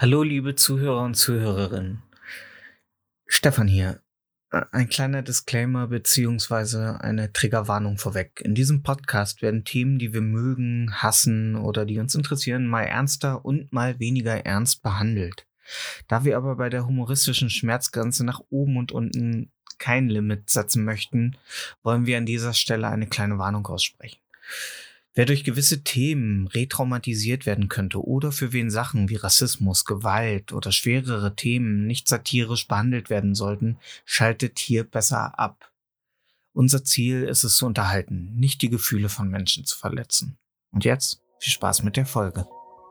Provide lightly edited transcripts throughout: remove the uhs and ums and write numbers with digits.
Hallo, liebe Zuhörer und Zuhörerinnen. Stefan hier. Ein kleiner Disclaimer beziehungsweise eine Triggerwarnung vorweg. In diesem Podcast werden Themen, die wir mögen, hassen oder die uns interessieren, mal ernster und mal weniger ernst behandelt. Da wir aber bei der humoristischen Schmerzgrenze nach oben und unten kein Limit setzen möchten, wollen wir an dieser Stelle eine kleine Warnung aussprechen. Wer durch gewisse Themen retraumatisiert werden könnte oder für wen Sachen wie Rassismus, Gewalt oder schwerere Themen nicht satirisch behandelt werden sollten, schaltet hier besser ab. Unser Ziel ist es zu unterhalten, nicht die Gefühle von Menschen zu verletzen. Und jetzt viel Spaß mit der Folge.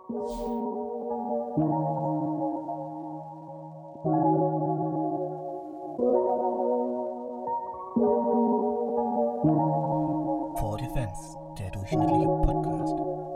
For Defense, der durchschnittliche Podcast.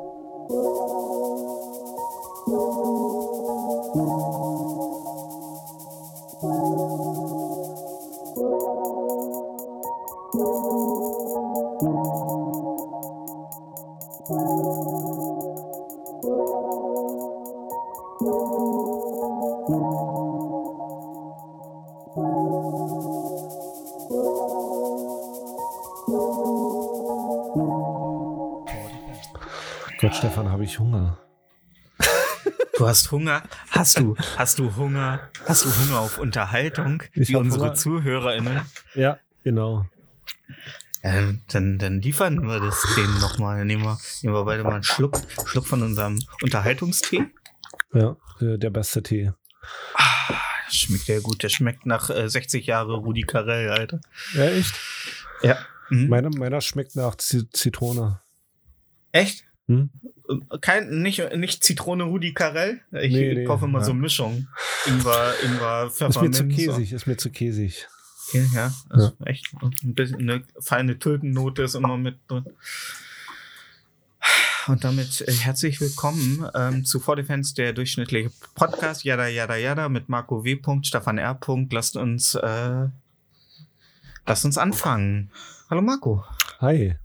Gott, Stefan, habe ich Hunger. Du hast Hunger? Hast du Hunger? Hast du Hunger auf Unterhaltung? Ich Wie hab unsere Hunger. ZuhörerInnen? Ja, genau. Dann liefern wir das denen nochmal. Nehmen wir beide mal einen Schluck von unserem Unterhaltungstee. Ja, der beste Tee. Das schmeckt ja gut. Der schmeckt nach 60 Jahre Rudi Carrell, Alter. Ja, echt? Ja. Mhm. Meiner schmeckt nach Zitrone. Echt? Hm? Nicht Zitrone Rudi Carrell? Ich Nee, kaufe immer ja. so Mischung. Ingwer, Ist mir Pfefferminz. zu käsig, ist mir zu käsig. Okay, ja, also echt. Und ein bisschen eine feine Tulpennote ist immer mit drin. Und damit herzlich willkommen zu For Defense, der durchschnittliche Podcast, Yada Yada Yada mit Marco W. Stefan R. Lasst uns anfangen. Hallo Marco. Hi.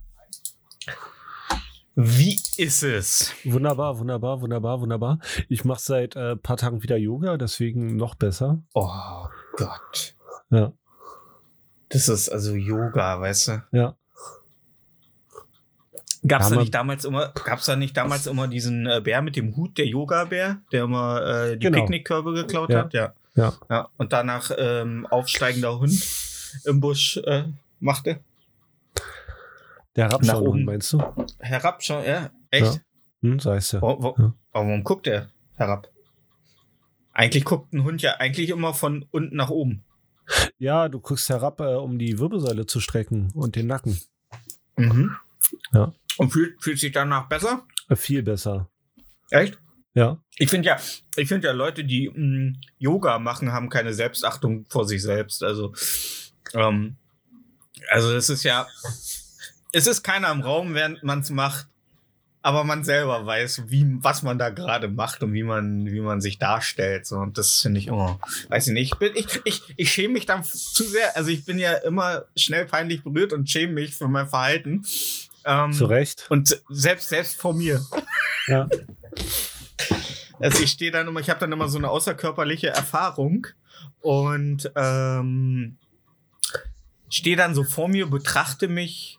Wie ist es? Wunderbar. Ich mache seit ein paar Tagen wieder Yoga, deswegen noch besser. Oh Gott. Ja. Das ist also Yoga, weißt du? Ja. Gab's Ja, da nicht damals immer diesen Bär mit dem Hut, der Yoga-Bär, der immer die Genau. Picknickkörbe geklaut Ja. hat? Ja. Ja. Und danach aufsteigender Hund im Busch machte? Der Nach Rapschauhund, oben. meinst du? Herab schon, ja? Echt? Sagst du. Aber warum guckt er herab? Eigentlich guckt ein Hund ja eigentlich immer von unten nach oben. Ja, du guckst herab, um die Wirbelsäule zu strecken und den Nacken. Mhm. Ja. Und fühlt sich danach besser? Viel besser. Echt? Ja. Ich finde ja, Leute, die Yoga machen, haben keine Selbstachtung vor sich selbst. Also es ist keiner im Raum, während man es macht, aber man selber weiß, was man da gerade macht und wie man sich darstellt. So. Und das finde ich immer, weiß ich nicht. Ich schäme mich dann zu sehr. Also ich bin ja immer schnell peinlich berührt und schäme mich für mein Verhalten. Zu Recht. Und selbst vor mir. Ja. Also ich habe dann immer so eine außerkörperliche Erfahrung und stehe dann so vor mir, betrachte mich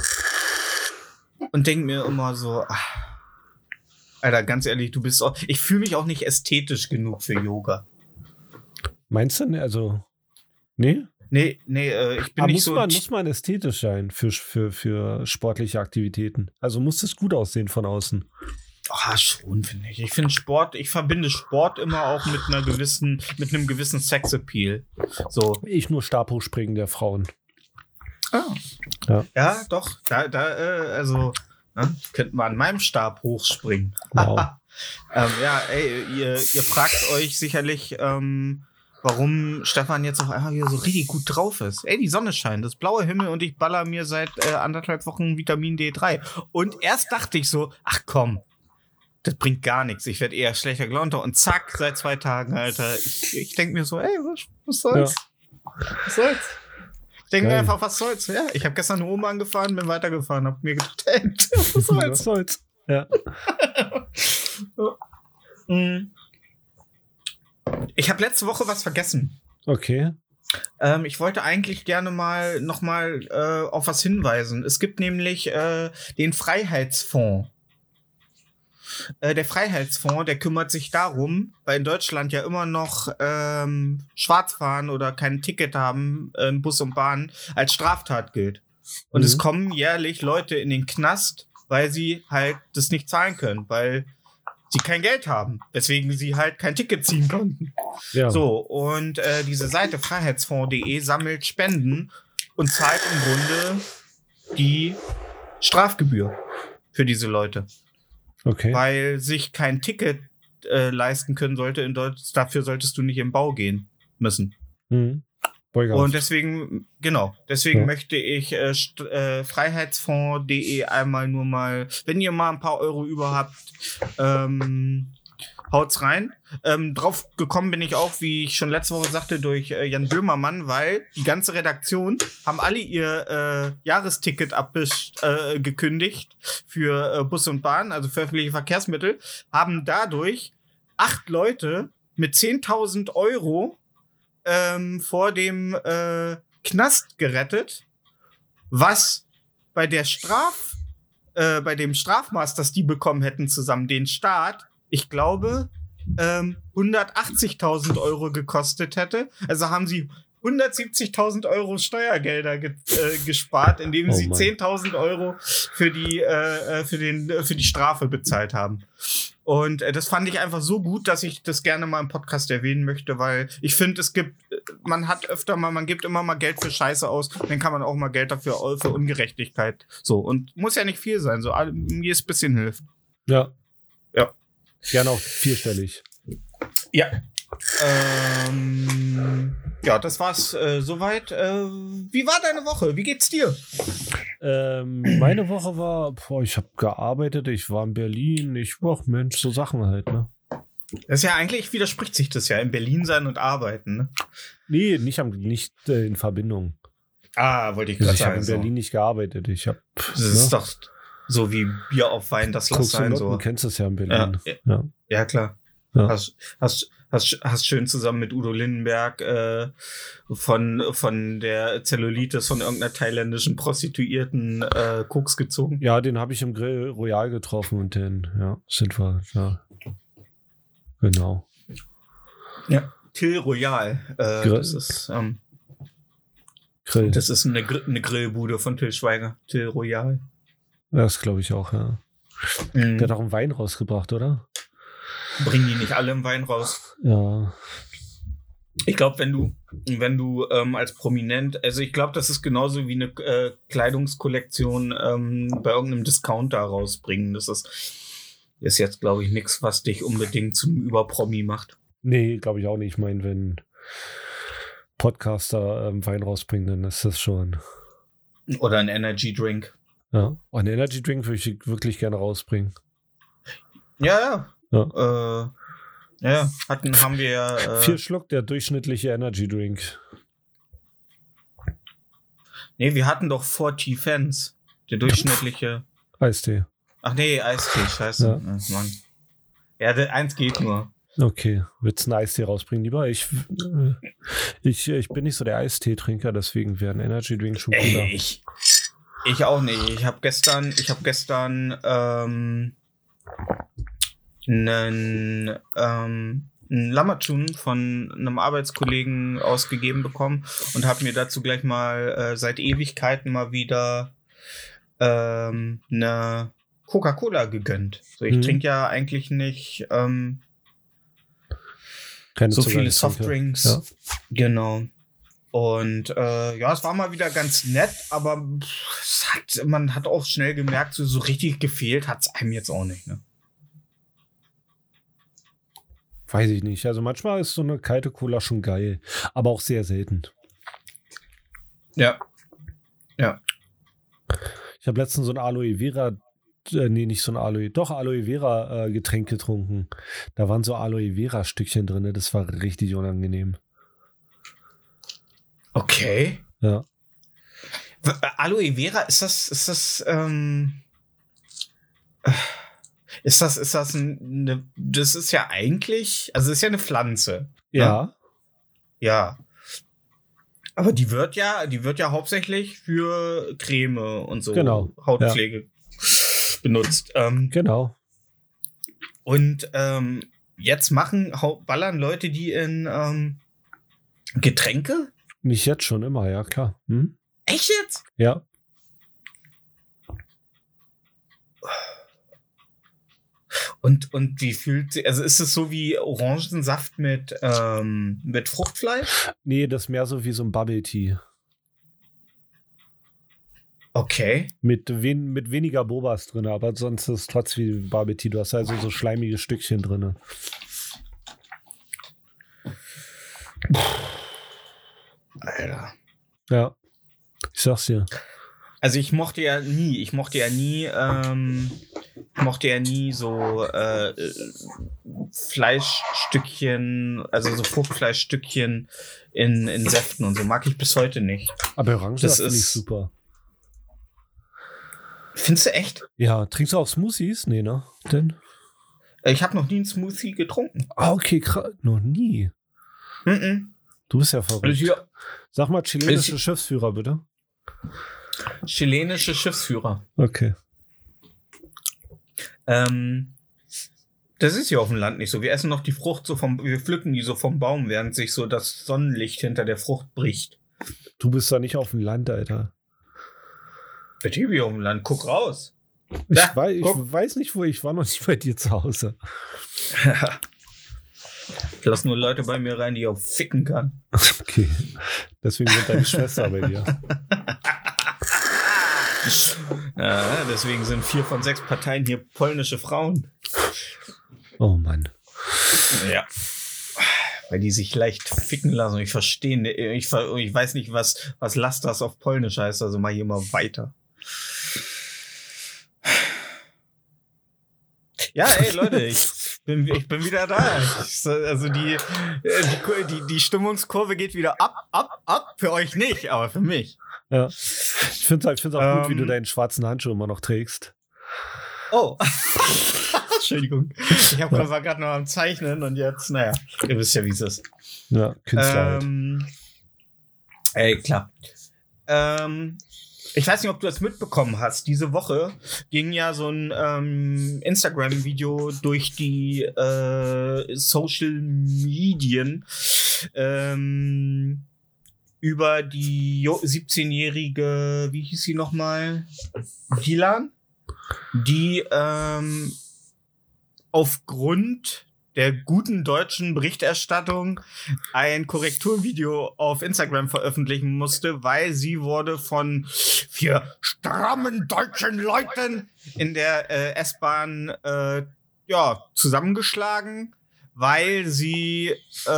und denke mir immer so, Alter, ganz ehrlich, ich fühle mich auch nicht ästhetisch genug für Yoga. Meinst du? Also, nee? Nee, ich bin nicht so. Muss man ästhetisch sein für sportliche Aktivitäten? Also muss es gut aussehen von außen? Schon, finde ich. Ich verbinde Sport immer auch mit einem gewissen Sexappeal. So. Ich nur Stabhochspringen der Frauen. Ja, doch. Könnte man an meinem Stab hochspringen. Wow. Ihr fragt euch sicherlich, warum Stefan jetzt auf einmal wieder so richtig gut drauf ist. Ey, die Sonne scheint, das blaue Himmel und ich baller mir seit 1,5 Wochen Vitamin D3. Und erst dachte ich so, ach komm, das bringt gar nichts. Ich werde eher schlechter gelaunt. Und zack, seit 2 Tagen, Alter. Ich denke mir so, ey, was soll's? Ja. Was soll's? Ich denke mir Geil. einfach, was soll's? Ja, ich habe gestern eine Oma angefahren, bin weitergefahren, hab mir gedacht, ey, was soll's? Was soll's? Ja. Ich habe letzte Woche was vergessen. Okay. Ich wollte eigentlich gerne mal nochmal auf was hinweisen. Es gibt nämlich den Freiheitsfonds. Der Freiheitsfonds, der kümmert sich darum, weil in Deutschland ja immer noch schwarz fahren oder kein Ticket haben in Bus und Bahn als Straftat gilt. Und es kommen jährlich Leute in den Knast, weil sie halt das nicht zahlen können, weil sie kein Geld haben, weswegen sie halt kein Ticket ziehen konnten. Ja. So, und diese Seite freiheitsfonds.de sammelt Spenden und zahlt im Grunde die Strafgebühr für diese Leute. Okay. Weil sich kein Ticket leisten können sollte in Deutschland, dafür solltest du nicht im Bau gehen müssen. Mhm. Und deswegen möchte ich freiheitsfonds.de einmal nur mal, wenn ihr mal ein paar Euro über habt, haut's rein. Drauf gekommen bin ich auch, wie ich schon letzte Woche sagte, durch Jan Böhmermann, weil die ganze Redaktion haben alle ihr Jahresticket gekündigt für Bus und Bahn, also für öffentliche Verkehrsmittel, haben dadurch 8 Leute mit 10.000 Euro vor dem Knast gerettet, was bei dem Strafmaß, das die bekommen hätten zusammen, den Staat, ich glaube, 180.000 Euro gekostet hätte. Also haben sie 170.000 Euro Steuergelder gespart, indem sie 10.000 Euro für die Strafe bezahlt haben. Und das fand ich einfach so gut, dass ich das gerne mal im Podcast erwähnen möchte, weil ich finde, man gibt immer mal Geld für Scheiße aus, dann kann man auch mal Geld dafür für Ungerechtigkeit. So, und muss ja nicht viel sein, so mir ist ein bisschen hilft. Ja. Ja. Gerne auch vierstellig. Ja. Ja, das war's soweit. Wie war deine Woche? Wie geht's dir? Meine Woche war, ich habe gearbeitet, ich war in Berlin, Mensch, so Sachen halt, ne? Das ist ja eigentlich, widerspricht sich das ja, in Berlin sein und arbeiten, ne? Nee, nicht in Verbindung. Wollte ich gerade sagen. Ich habe in Berlin nicht gearbeitet, das ist doch so wie Bier auf Wein, das lass sein. So. Du kennst es ja in Berlin. Ja klar. Ja. Hast schön zusammen mit Udo Lindenberg von der Zellulitis von irgendeiner thailändischen Prostituierten Koks gezogen. Ja, den habe ich im Grill Royal getroffen und sind wir, ja. Genau. Ja, Till Royal. Das ist Grill. Das ist eine Grillbude von Till Schweiger. Till Royal. Das glaube ich auch, ja. Der hat auch einen Wein rausgebracht, oder? Bringen die nicht alle im Wein raus? Ja. Ich glaube, wenn du als Prominent, also ich glaube, das ist genauso wie eine Kleidungskollektion bei irgendeinem Discounter rausbringen. Das ist jetzt, glaube ich, nichts, was dich unbedingt zum Überpromi macht. Nee, glaube ich auch nicht. Ich meine, wenn Podcaster Wein rausbringen, dann ist das schon. Oder ein Energy Drink. Ja, ein Energy Drink würde ich wirklich gerne rausbringen. Ja. Haben wir ja. 4 Schluck, der durchschnittliche Energy Drink. Nee, wir hatten doch 40 Fans. Der durchschnittliche. Eistee. Ach nee, Eistee, scheiße. Ja. Mann. Ja, eins geht nur. Okay, willst du einen Eistee rausbringen, lieber? Ich bin nicht so der Eistee-Trinker, deswegen wäre ein Energy Drink schon cooler. Ich auch nicht. Ich habe gestern einen Lammertun von einem Arbeitskollegen ausgegeben bekommen und habe mir dazu gleich mal seit Ewigkeiten mal wieder eine Coca-Cola gegönnt. So, ich trinke ja eigentlich nicht so viele Softdrinks. Ja. Genau. Und es war mal wieder ganz nett, aber man hat auch schnell gemerkt, so richtig gefehlt hat es einem jetzt auch nicht, ne? Weiß ich nicht. Also manchmal ist so eine kalte Cola schon geil, aber auch sehr selten. Ja. Ich habe letztens so ein Aloe Vera, Aloe Vera Getränk getrunken. Da waren so Aloe Vera Stückchen drin, das war richtig unangenehm. Okay. Ja. Aloe Vera, ist das Ist das das ist ja eigentlich, also das ist ja eine Pflanze. Ja. Ne? Ja. Aber die wird ja hauptsächlich für Creme und so Genau. Hautpflege benutzt. Genau. Und jetzt ballern Leute die in Getränke? Nicht jetzt schon, immer, ja, klar. Hm? Echt jetzt? Ja. Und wie fühlt sie, also ist es so wie Orangensaft mit Fruchtfleisch? Nee, das ist mehr so wie so ein Bubble Tea. Okay. Mit weniger Bobas drin, aber sonst ist es trotzdem wie Bubble Tea. Du hast also so schleimige Stückchen drin. Alter. Ja. Ich sag's dir. Also ich mochte ja nie so Fleischstückchen, also so Fruchtfleischstückchen in Säften und so. Mag ich bis heute nicht. Aber Orangensaft finde ich super. Findest du echt? Ja, trinkst du auch Smoothies? Nee, ne? Denn? Ich habe noch nie einen Smoothie getrunken. Ah, okay, krass. Noch nie. Du bist ja verrückt. Sag mal chilenische Schiffsführer, bitte. Chilenische Schiffsführer. Okay. Das ist hier auf dem Land nicht so. Wir essen noch die Frucht wir pflücken die so vom Baum, während sich so das Sonnenlicht hinter der Frucht bricht. Du bist da nicht auf dem Land, Alter. Bitte wie auf dem Land, guck raus. Ich weiß nicht, wo ich war, noch nicht bei dir zu Hause. Ich lass nur Leute bei mir rein, die auch ficken kann. Okay. Deswegen sind deine Schwester bei dir. Ja, deswegen sind 4 von 6 Parteien hier polnische Frauen. Oh Mann. Ja. Weil die sich leicht ficken lassen. Ich verstehe, ich weiß nicht, was lass das auf Polnisch heißt, also mal hier mal weiter. Ja, ey, Leute, ich bin wieder da. Also die Stimmungskurve geht wieder ab. Für euch nicht, aber für mich. Ja. Ich finde es auch gut, wie du deinen schwarzen Handschuh immer noch trägst. Oh. Entschuldigung. Ich war gerade noch am Zeichnen und jetzt, naja, ihr wisst ja, wie es ist. Ja, Künstler. Ey, klar. Ich weiß nicht, ob du das mitbekommen hast. Diese Woche ging ja so ein Instagram-Video durch die Social Medien über die 17-jährige, wie hieß sie nochmal? Dilan, die aufgrund der guten deutschen Berichterstattung ein Korrekturvideo auf Instagram veröffentlichen musste, weil sie wurde von 4 strammen deutschen Leuten in der S-Bahn zusammengeschlagen, weil die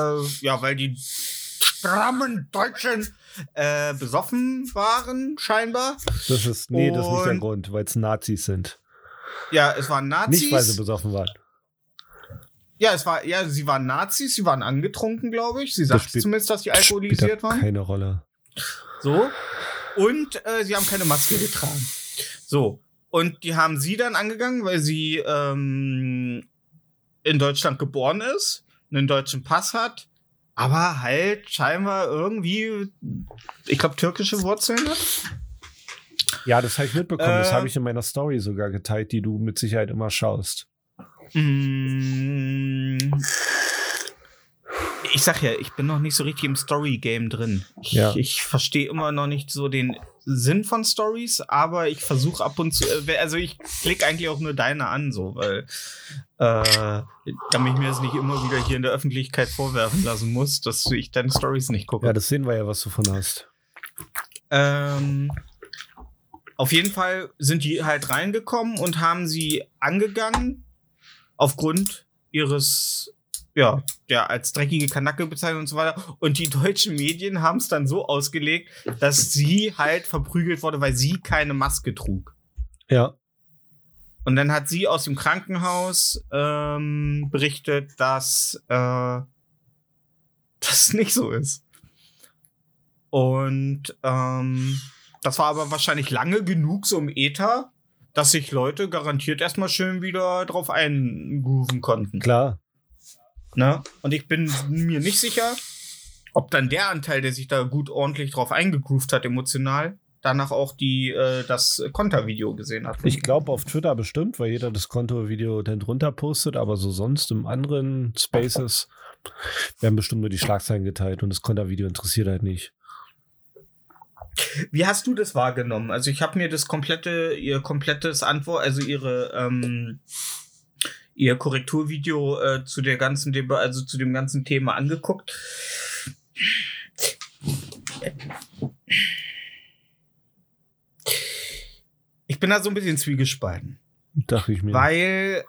strammen Deutschen besoffen waren, scheinbar. Das ist nicht der Grund, weil es Nazis sind. Ja, es waren Nazis. Nicht, weil sie besoffen waren. Ja, sie waren Nazis, sie waren angetrunken, glaube ich. Sie sagte zumindest, dass sie alkoholisiert waren. Keine Rolle. So. Und sie haben keine Maske getragen. So. Und die haben sie dann angegangen, weil sie in Deutschland geboren ist, einen deutschen Pass hat, aber halt scheinbar irgendwie, ich glaube, türkische Wurzeln hat. Ja, das habe ich mitbekommen. Das habe ich in meiner Story sogar geteilt, die du mit Sicherheit immer schaust. Ich sag ja, ich bin noch nicht so richtig im Story-Game drin. Ich verstehe immer noch nicht so den Sinn von Stories, aber ich versuche ab und zu, also ich klicke eigentlich auch nur deine an, so, weil damit ich mir das nicht immer wieder hier in der Öffentlichkeit vorwerfen lassen muss, dass ich deine Stories nicht gucke. Ja, das sehen wir ja, was du von hast. Auf jeden Fall sind die halt reingekommen und haben sie angegangen aufgrund ihres, der als dreckige Kanacke bezeichnet und so weiter. Und die deutschen Medien haben es dann so ausgelegt, dass sie halt verprügelt wurde, weil sie keine Maske trug. Ja. Und dann hat sie aus dem Krankenhaus berichtet, dass das nicht so ist. Und das war aber wahrscheinlich lange genug so im Äther, dass sich Leute garantiert erstmal schön wieder drauf eingrooven konnten. Klar. Ne? Und ich bin mir nicht sicher, ob dann der Anteil, der sich da gut ordentlich drauf eingegroovt hat, emotional, danach auch das Kontervideo gesehen hat. Ich glaube auf Twitter bestimmt, weil jeder das Kontovideo dann drunter postet, aber so sonst im anderen Spaces werden bestimmt nur die Schlagzeilen geteilt und das Kontervideo interessiert halt nicht. Wie hast du das wahrgenommen? Also ich habe mir ihr komplettes Antwort, also ihr Korrekturvideo zu der ganzen zu dem ganzen Thema angeguckt. Ich bin da so ein bisschen zwiegespalten. Dachte ich mir. Weil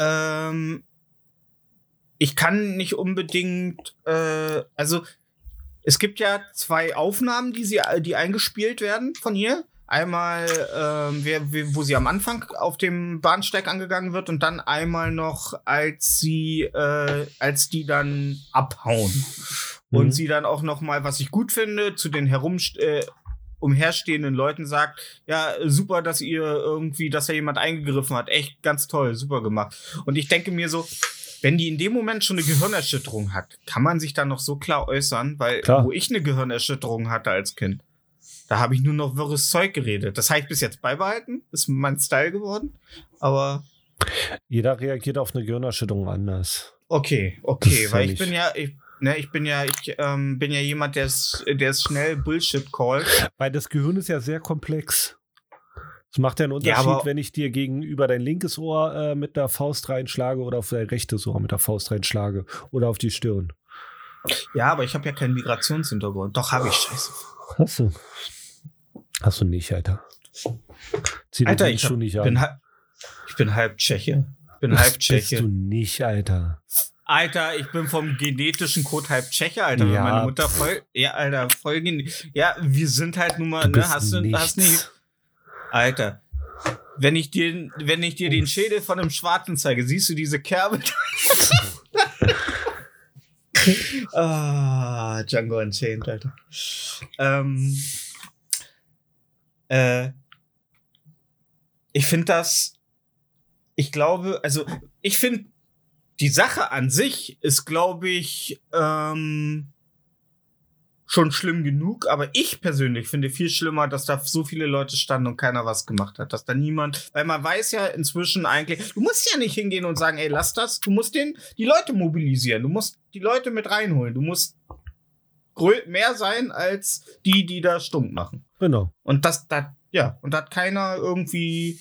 ich kann nicht unbedingt, also es gibt ja 2 Aufnahmen, die eingespielt werden von ihr. Einmal, wo sie am Anfang auf dem Bahnsteig angegangen wird und dann einmal noch, als die dann abhauen. Und sie dann auch noch mal, was ich gut finde, zu den umherstehenden Leuten sagt, ja, super, dass da jemand eingegriffen hat. Echt ganz toll, super gemacht. Und ich denke mir so, wenn die in dem Moment schon eine Gehirnerschütterung hat, kann man sich da noch so klar äußern, weil wo ich eine Gehirnerschütterung hatte als Kind, da habe ich nur noch wirres Zeug geredet. Das habe ich bis jetzt beibehalten, ist mein Style geworden, aber jeder reagiert auf eine Gehirnerschütterung anders. Okay, weil ich bin ja jemand, der ist schnell Bullshit callt. Weil das Gehirn ist ja sehr komplex. Es macht ja einen Unterschied, wenn ich dir gegenüber dein linkes Ohr mit der Faust reinschlage oder auf dein rechtes Ohr mit der Faust reinschlage oder auf die Stirn. Ja, aber ich habe ja keinen Migrationshintergrund. Doch, habe ich, scheiße. Hast du? Hast du nicht, Alter. Zieh dir den Schuh nicht an. Ich bin halb Tscheche. Bist du nicht, Alter. Alter, ich bin vom genetischen Code halb Tscheche, Alter. Ja. Meine Mutter voll ja, wir sind halt nun mal, ne? Hast nicht. Alter, wenn ich dir den Schädel von einem Schwarzen zeige, siehst du diese Kerbe? Django Unchained, Alter. Ich finde die Sache an sich ist, glaube ich, schon schlimm genug, aber ich persönlich finde viel schlimmer, dass da so viele Leute standen und keiner was gemacht hat, dass da niemand, weil man weiß ja inzwischen eigentlich, du musst ja nicht hingehen und sagen, ey, lass das, du musst die Leute mobilisieren, du musst die Leute mit reinholen, du musst mehr sein als die da stumm machen. Genau. Und da hat keiner irgendwie,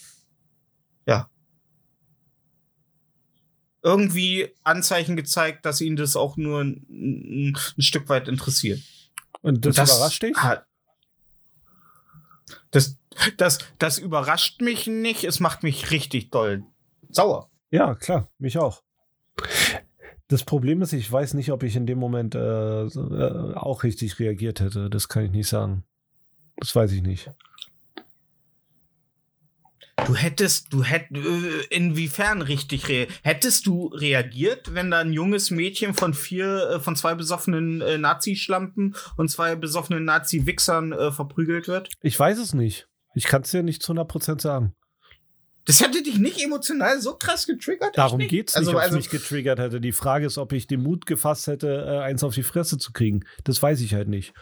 irgendwie Anzeichen gezeigt, dass ihn das auch nur ein Stück weit interessiert. Und das überrascht dich? Das überrascht mich nicht. Es macht mich richtig doll sauer. Ja, klar, mich auch. Das Problem ist, ich weiß nicht, ob ich in dem Moment auch richtig reagiert hätte. Das kann ich nicht sagen. Das weiß ich nicht. Inwiefern richtig hättest du reagiert, wenn da ein junges Mädchen von 2 besoffenen Nazi-Schlampen und 2 besoffenen Nazi-Wichsern verprügelt wird? Ich weiß es nicht. Ich kann es dir nicht zu 100% sagen. Das hätte dich nicht emotional so krass getriggert? Darum geht's nicht, ob es mich getriggert hätte. Die Frage ist, ob ich den Mut gefasst hätte, eins auf die Fresse zu kriegen. Das weiß ich halt nicht.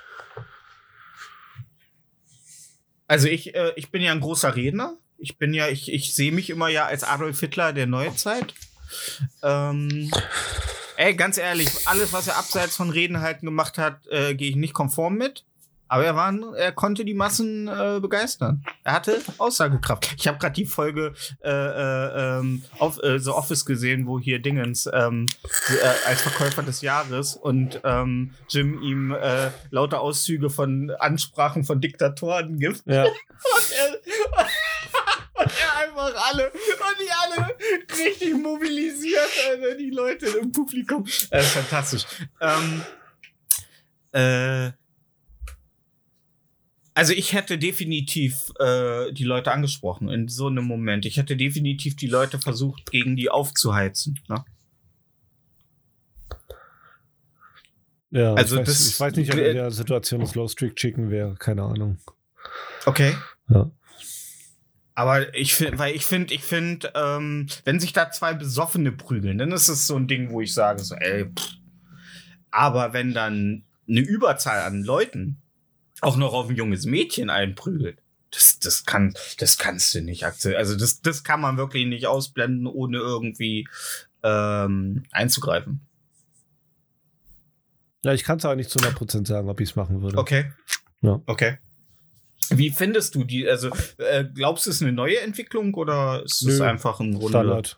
Also ich bin ja ein großer Redner. Ich sehe mich immer ja als Adolf Hitler der Neuzeit. Ganz ehrlich, alles, was er abseits von Reden halten gemacht hat, gehe ich nicht konform mit. Aber er konnte die Massen begeistern. Er hatte Aussagekraft. Ich habe gerade die Folge The Office gesehen, wo hier Dingens als Verkäufer des Jahres und Jim ihm lauter Auszüge von Ansprachen von Diktatoren gibt. Ja. Und er einfach alle richtig mobilisiert, also die Leute im Publikum. Das ist fantastisch. Also ich hätte definitiv die Leute angesprochen in so einem Moment. Ich hätte definitiv die Leute versucht, gegen die aufzuheizen. Ne? Ja, also ich weiß nicht, ob in der Situation das Low Streak Chicken wäre. Keine Ahnung. Okay. Ja. Aber ich finde, wenn sich da zwei Besoffene prügeln, dann ist es so ein Ding, wo ich sage so, ey, aber wenn dann eine Überzahl an Leuten auch noch auf ein junges Mädchen einprügelt, das kannst du nicht akzeptieren. Also das kann man wirklich nicht ausblenden, ohne irgendwie einzugreifen. Ja, ich kann es aber nicht zu 100% sagen, ob ich es machen würde. Okay. Ja. Okay. Wie findest du die? Also glaubst du, es ist eine neue Entwicklung oder ist es einfach ein Runde? Standard.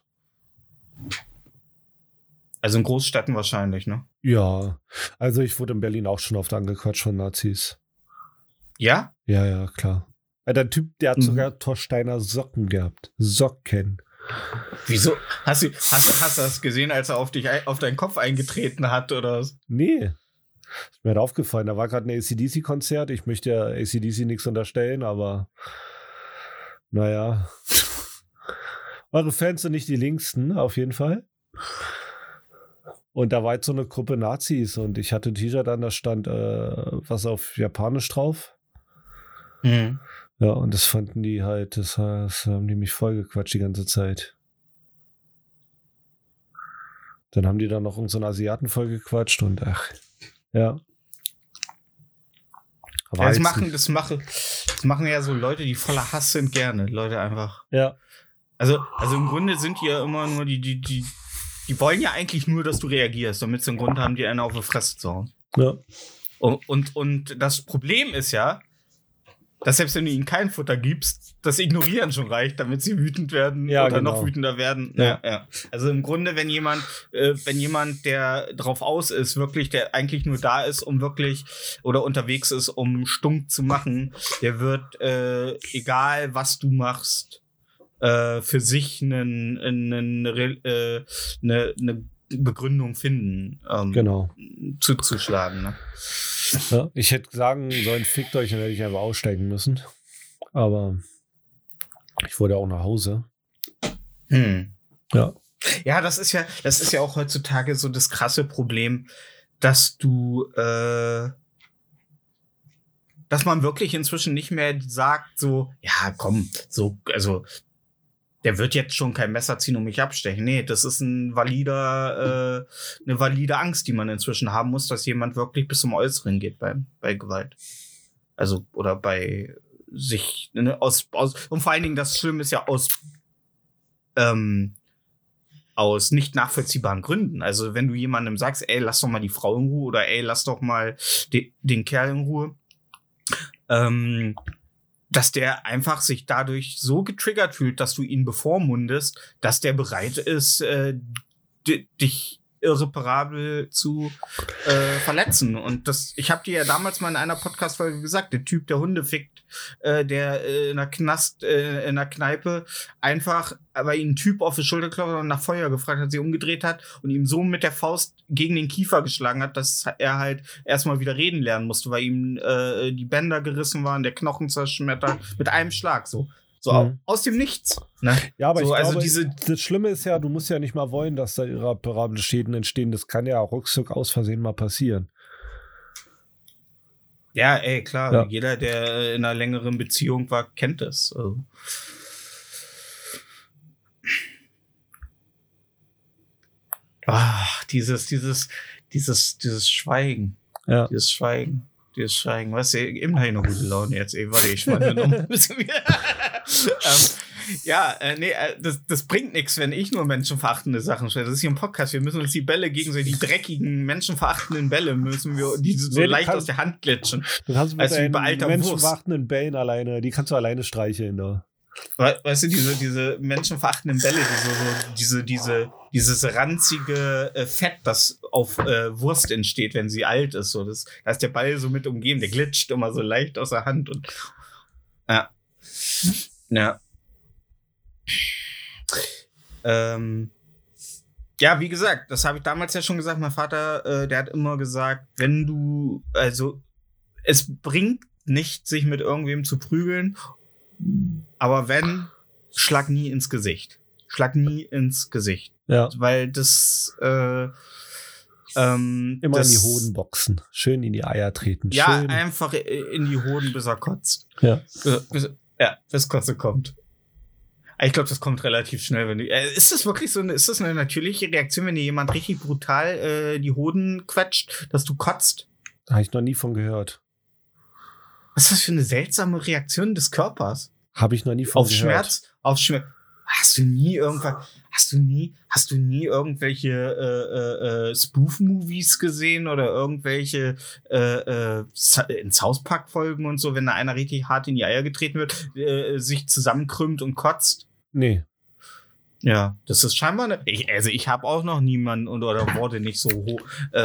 Also in Großstädten wahrscheinlich, ne? Ja. Also ich wurde in Berlin auch schon oft angequatscht von Nazis. Ja? Ja, klar. Der Typ, der hat sogar Torsteiner Socken gehabt. Socken. Wieso? Hast du das gesehen, als er auf deinen Kopf eingetreten hat, oder? Nee. Ist mir halt aufgefallen. Da war gerade ein AC/DC-Konzert. Ich möchte ja AC/DC nichts unterstellen, aber naja. Eure Fans sind nicht die linksten, auf jeden Fall. Und da war jetzt so eine Gruppe Nazis und ich hatte ein T-Shirt an, da stand was auf Japanisch drauf. Mhm. Ja, und das fanden die halt, das haben die mich vollgequatscht die ganze Zeit. Dann haben die da noch unseren Asiaten vollgequatscht und ach, ja. Aber ja, das machen ja so Leute, die voller Hass sind, gerne. Leute einfach. Ja. Also im Grunde sind die ja immer nur die wollen ja eigentlich nur, dass du reagierst, damit sie einen Grund haben, dir einen auf die Fresse zu hauen. Ja. Und das Problem ist ja, dass selbst wenn du ihnen kein Futter gibst, das Ignorieren schon reicht, damit sie wütend werden oder noch wütender werden. Ja. Also im Grunde, wenn jemand, der drauf aus ist, wirklich, der eigentlich nur da ist, um wirklich oder unterwegs ist, um stunk zu machen, der wird, egal was du machst, für sich eine Begründung finden, genau. zuzuschlagen. Ne? Ja, ich hätte sagen sollen, fickt euch, dann hätte ich einfach aussteigen müssen. Aber ich wollte auch nach Hause. Ja. Ja, das ist ja auch heutzutage so das krasse Problem, dass dass man wirklich inzwischen nicht mehr sagt so, ja, komm, so, also der wird jetzt schon kein Messer ziehen und mich abstechen. Nee, das ist eine valide Angst, die man inzwischen haben muss, dass jemand wirklich bis zum Äußeren geht bei Gewalt. Also, oder bei sich, ne, und vor allen Dingen, das Schlimme ist ja aus nicht nachvollziehbaren Gründen. Also, wenn du jemandem sagst, ey, lass doch mal die Frau in Ruhe oder ey, lass doch mal den Kerl in Ruhe, dass der einfach sich dadurch so getriggert fühlt, dass du ihn bevormundest, dass der bereit ist, dich irreparabel zu verletzen. Und ich habe dir ja damals mal in einer Podcast-Folge gesagt, der Typ, der Hunde fickt, der in einer Kneipe einfach, weil ihn ein Typ auf die Schulter klopft und nach Feuer gefragt hat, sie umgedreht hat und ihm so mit der Faust gegen den Kiefer geschlagen hat, dass er halt erstmal wieder reden lernen musste, weil ihm die Bänder gerissen waren, der Knochen zerschmettert, mit einem Schlag so. Aus dem Nichts. Ne? Ja, aber so, ich glaube, das Schlimme ist ja, du musst ja nicht mal wollen, dass da irreparable Schäden entstehen. Das kann ja auch ruckzuck aus Versehen mal passieren. Ja, ey, klar. Ja. Jeder, der in einer längeren Beziehung war, kennt das. Also. Dieses Schweigen. Ja. Dieses Schweigen. Weißt du, eben habe ich noch gute Laune jetzt. Ey, warte, ich schweine noch ein bisschen mehr. Das bringt nichts, wenn ich nur menschenverachtende Sachen stelle. Das ist hier ein Podcast. Wir müssen uns die Bälle gegenseitig, die dreckigen, menschenverachtenden Bälle, die so leicht aus der Hand glitschen. Du kannst mit deinen menschenverachtenden Bällen alleine, die kannst du alleine streicheln, da. Weißt du, diese menschenverachtenden Bälle, dieses ranzige Fett, das auf Wurst entsteht, wenn sie alt ist, so, da ist der Ball so mit umgeben, der glitscht immer so leicht aus der Hand und ja. Ja, wie gesagt, das habe ich damals ja schon gesagt, mein Vater, der hat immer gesagt, es bringt nicht, sich mit irgendwem zu prügeln, aber wenn, schlag nie ins Gesicht. Ja. Weil das immer in die Hoden boxen. Schön in die Eier treten. Ja, schön. Einfach in die Hoden, bis er kotzt. Ja. Bis Kotze kommt. Ich glaube, das kommt relativ schnell. Wenn du, ist das wirklich so ist das eine natürliche Reaktion, wenn dir jemand richtig brutal die Hoden quetscht, dass du kotzt? Habe ich noch nie von gehört. Was ist das für eine seltsame Reaktion des Körpers? Habe ich noch nie von gehört. Auf Schmerz. Hast du nie irgendwelche Spoof-Movies gesehen oder irgendwelche in South Park-Folgen und so, wenn da einer richtig hart in die Eier getreten wird, sich zusammenkrümmt und kotzt? Nee. Ja, das ist scheinbar ich habe auch noch niemanden oder wurde nicht so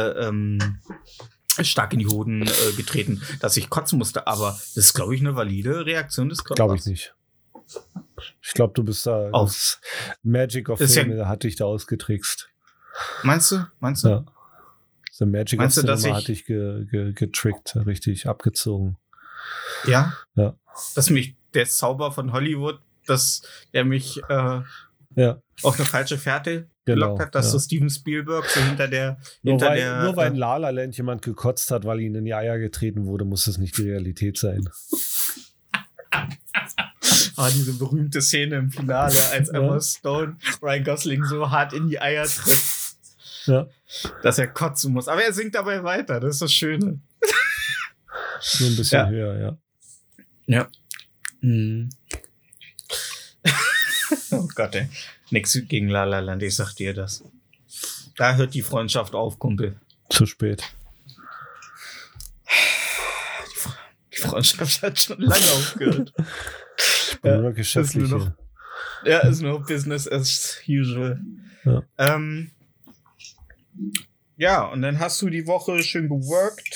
stark in die Hoden getreten, dass ich kotzen musste, aber das ist, glaube ich, eine valide Reaktion des Körpers. Glaube ich nicht. Ich glaube, du bist da aus Magic of Cinema hat dich da ausgetrickst. Meinst du? Ja. The Magic of Cinema hat dich getrickt, richtig abgezogen. Ja? Ja. Dass mich der Zauber von Hollywood, der mich auf eine falsche Fährte gelockt hat, dass so Steven Spielberg so hinter der... Nur weil in La La Land jemand gekotzt hat, weil ihm in die Eier getreten wurde, muss das nicht die Realität sein. Diese berühmte Szene im Finale, als Emma Stone Ryan Gosling so hart in die Eier tritt, dass er kotzen muss. Aber er singt dabei weiter, das ist das Schöne. Nur ein bisschen höher, ja. Mhm. Oh Gott, ey. Nix gegen La La Land, ich sag dir das. Da hört die Freundschaft auf, Kumpel. Zu spät. Die Freundschaft hat schon lange aufgehört. Nur geschäftliche. Ist nur Business as usual. Ja. Und dann hast du die Woche schön geworkt.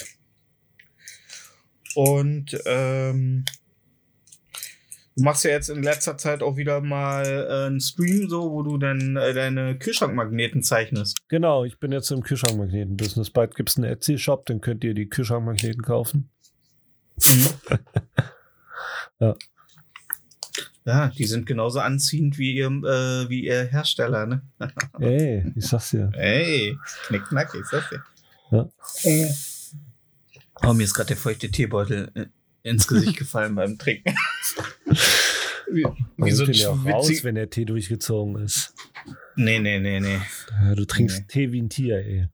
Und du machst ja jetzt in letzter Zeit auch wieder mal einen Stream, so, wo du dann deine Kühlschrankmagneten zeichnest. Genau, ich bin jetzt im Kühlschrankmagneten-Business. Bald gibt es einen Etsy-Shop, dann könnt ihr die Kühlschrankmagneten kaufen. Ja, die sind genauso anziehend wie ihr Hersteller, ne? Ey, ich sag's dir. Ey, knickknack, ich sag's dir. Ja. Oh, mir ist gerade der feuchte Teebeutel ins Gesicht gefallen beim Trinken. Wie so ja auch raus, wenn der Tee durchgezogen ist. Nee. Ja, du trinkst Tee wie ein Tier, ey.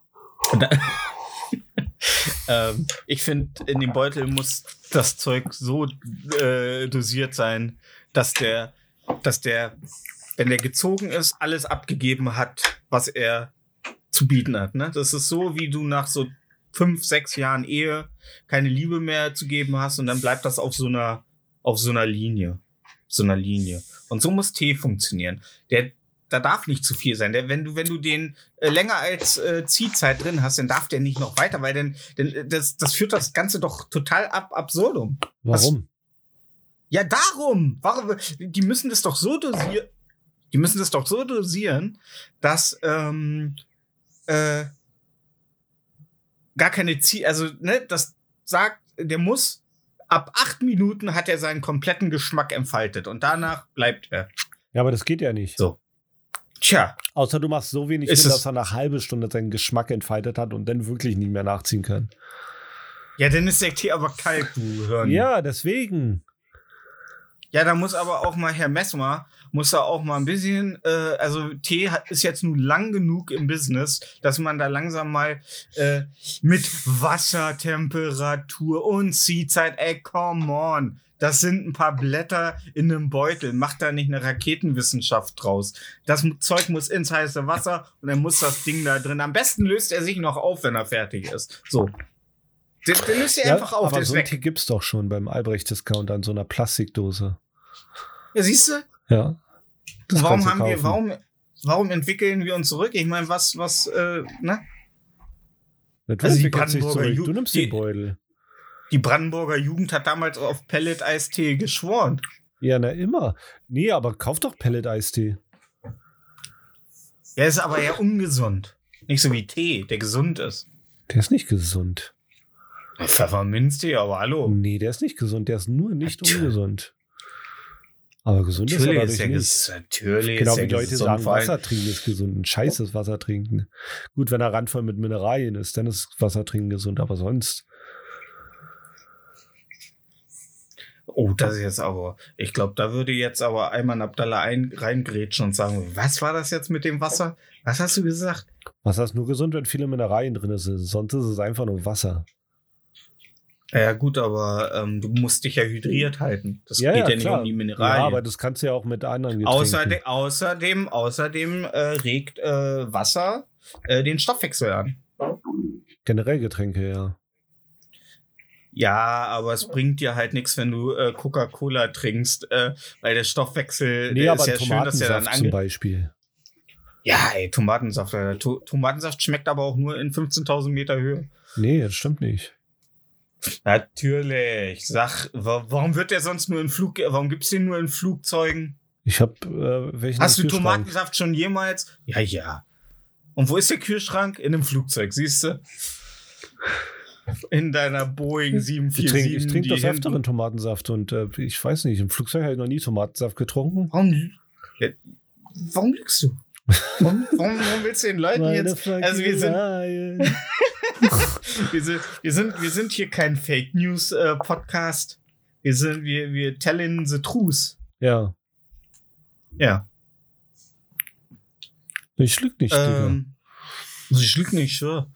Ich finde, in dem Beutel muss das Zeug so dosiert sein, dass der, wenn der gezogen ist, alles abgegeben hat, was er zu bieten hat. Ne? Das ist so, wie du nach so 5, 6 Jahren Ehe keine Liebe mehr zu geben hast und dann bleibt das auf so einer Linie. Und so muss Tee funktionieren. Da darf nicht zu viel sein. Wenn du den länger als Ziehzeit drin hast, dann darf der nicht noch weiter, weil denn das führt das Ganze doch total absurdum. Warum? Ja, darum. Warum? Die müssen das doch so dosieren, dass gar keine das sagt, der muss ab 8 Minuten hat er seinen kompletten Geschmack entfaltet und danach bleibt er. Ja, aber das geht ja nicht. So. Tja. Außer du machst so wenig, dass er nach halbe Stunde seinen Geschmack entfaltet hat und dann wirklich nicht mehr nachziehen kann. Ja, dann ist der Tee aber kalt, du Hirn. Ja, deswegen. Ja, da muss aber auch mal Herr Messmer, muss da auch mal ein bisschen, Tee ist jetzt nun lang genug im Business, dass man da langsam mal mit Wassertemperatur und Ziehzeit, come on. Das sind ein paar Blätter in einem Beutel. Macht da nicht eine Raketenwissenschaft draus. Das Zeug muss ins heiße Wasser und dann muss das Ding da drin. Am besten löst er sich noch auf, wenn er fertig ist. So. Den löst er einfach auf. Aber so ein Tee gibt's doch schon beim Albrecht-Discount an so einer Plastikdose. Ja, siehst du? Ja. Warum entwickeln wir uns zurück? Ich meine, ne? Also die Brandenburger du nimmst den Beutel. Die Brandenburger Jugend hat damals auf Pellet-Eistee geschworen. Ja, na immer. Nee, aber kauf doch Pellet-Eistee. Ja, ist aber eher ungesund. Nicht so wie Tee, der gesund ist. Der ist nicht gesund. Pfefferminztee, aber hallo. Nee, der ist nicht gesund. Der ist nur nicht ungesund. Aber gesund ist er dadurch nicht. Natürlich genau wie Leute sagen, Wasser trinken ist gesund. Ein Scheiß ist Wasser trinken. Gut, wenn er randvoll mit Mineralien ist, dann ist Wasser trinken gesund. Aber sonst... Oh, das ist jetzt aber, ich glaube, da würde jetzt aber Ayman Abdallah reingrätschen und sagen, was war das jetzt mit dem Wasser? Was hast du gesagt? Wasser ist nur gesund, wenn viele Mineralien drin sind. Sonst ist es einfach nur Wasser. Ja gut, aber du musst dich ja hydriert halten. Das geht ja nicht um die Mineralien. Ja, aber das kannst du ja auch mit anderen Getränken. Außerdem regt Wasser den Stoffwechsel an. Generell Getränke, ja. Ja, aber es bringt dir halt nichts, wenn du Coca-Cola trinkst, weil der Stoffwechsel Nee, aber ist ja schön, dass er dann zum Beispiel. Ja, ey, Tomatensaft. Tomatensaft schmeckt aber auch nur in 15.000 Meter Höhe. Nee, das stimmt nicht. Natürlich. Sag, warum wird der sonst nur warum gibt's den nur in Flugzeugen? Ich hab welchen Hast du Tomatensaft schon jemals? Ja. Und wo ist der Kühlschrank? In einem Flugzeug, siehst du? In deiner Boeing 747. Ich trinke das öfteren Tomatensaft und ich weiß nicht, im Flugzeug habe ich noch nie Tomatensaft getrunken. Warum lügst du? Warum willst du den Leuten jetzt... Also wir sind hier kein Fake News Podcast. Wir tellen the truth. Ja. Ja. Ich lüg nicht, Digga. Ich lüg nicht, sure.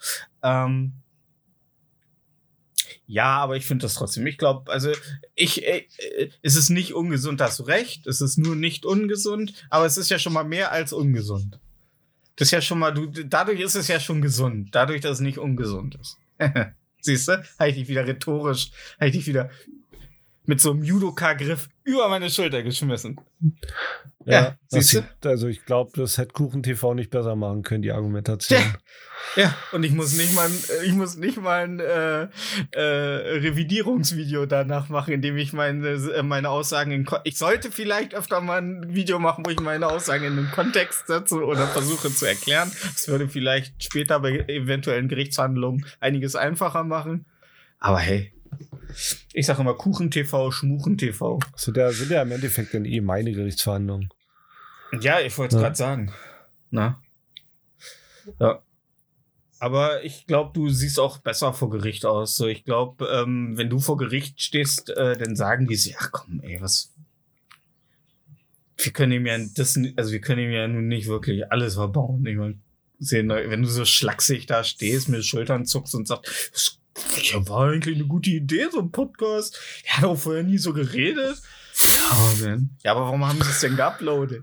Ja, aber ich finde das trotzdem. Ich glaube, also es ist nicht ungesund, hast du recht. Es ist nur nicht ungesund, aber es ist ja schon mal mehr als ungesund. Das ist ja schon mal, dadurch ist es ja schon gesund, dadurch, dass es nicht ungesund ist. Siehst du? Habe ich dich wieder rhetorisch, mit so einem Judoka-Griff über meine Schulter geschmissen. Ja, siehst du? Also ich glaube, das hätte Kuchen TV nicht besser machen können, die Argumentation. Ja, und ich muss nicht mal ein Revidierungsvideo danach machen, indem ich meine Aussagen ich sollte vielleicht öfter mal ein Video machen, wo ich meine Aussagen in den Kontext setze oder versuche zu erklären. Das würde vielleicht später bei eventuellen Gerichtsverhandlungen einiges einfacher machen. Aber hey, ich sage immer Kuchen-TV, Schmuchen-TV. Also da sind ja im Endeffekt dann meine Gerichtsverhandlungen. Ja, ich wollte es gerade sagen. Na? Ja. Aber ich glaube, du siehst auch besser vor Gericht aus. So, ich glaube, wenn du vor Gericht stehst, dann sagen die sich, ach komm, ey, was... Wir können ihm ja nun nicht wirklich alles verbauen. Ich meine, wenn du so schlaksig da stehst, mit den Schultern zuckst und sagst, ja, war eigentlich eine gute Idee, so ein Podcast. Der hat auch vorher nie so geredet. Ja, man. Ja, aber warum haben sie es denn geuploadet?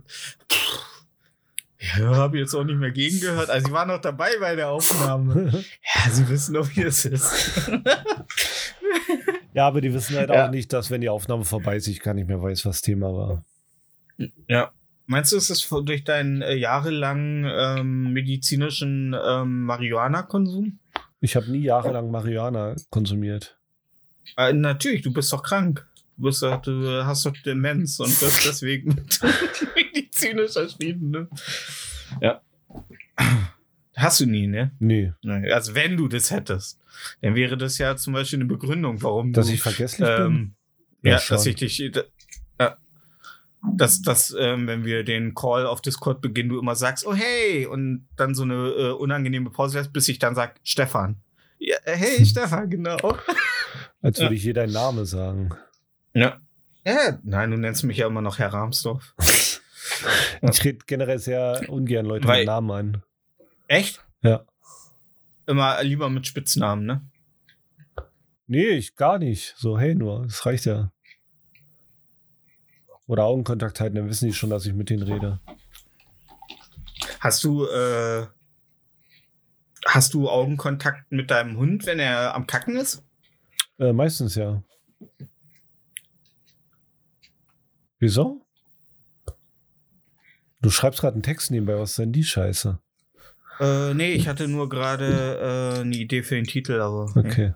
Ja, habe ich jetzt auch nicht mehr gegengehört. Also, sie waren noch dabei bei der Aufnahme. Ja, sie wissen doch, wie es ist. Ja, aber die wissen halt auch nicht, dass, wenn die Aufnahme vorbei ist, ich gar nicht mehr weiß, was Thema war. Ja. Meinst du, ist es durch deinen jahrelangen medizinischen Marihuana-Konsum? Ich habe nie jahrelang Marihuana konsumiert. Natürlich, du bist doch krank. Du hast doch Demenz und wirst deswegen medizinisch erschrieben, ne? Ja. Hast du nie, ne? Nee. Also wenn du das hättest, dann wäre das ja zum Beispiel eine Begründung, warum dass ich vergesslich bin? Ja, dass ich dich... Dass wenn wir den Call auf Discord beginnen, du immer sagst, oh hey, und dann so eine unangenehme Pause lässt, bis ich dann sag, Stefan. Ja, hey, Stefan, genau. Als würde ich hier deinen Namen sagen. Ja. Nein, du nennst mich ja immer noch Herr Rahmsdorf. Ich rede generell sehr ungern Leute mit Namen an. Echt? Ja. Immer lieber mit Spitznamen, ne? Nee, ich gar nicht. So, hey nur, das reicht ja. Oder Augenkontakt halten, dann wissen die schon, dass ich mit denen rede. Hast du Augenkontakt mit deinem Hund, wenn er am Kacken ist? Meistens ja. Wieso? Du schreibst gerade einen Text nebenbei, was ist denn die Scheiße? Nee, ich hatte nur gerade eine Idee für den Titel, aber... Okay.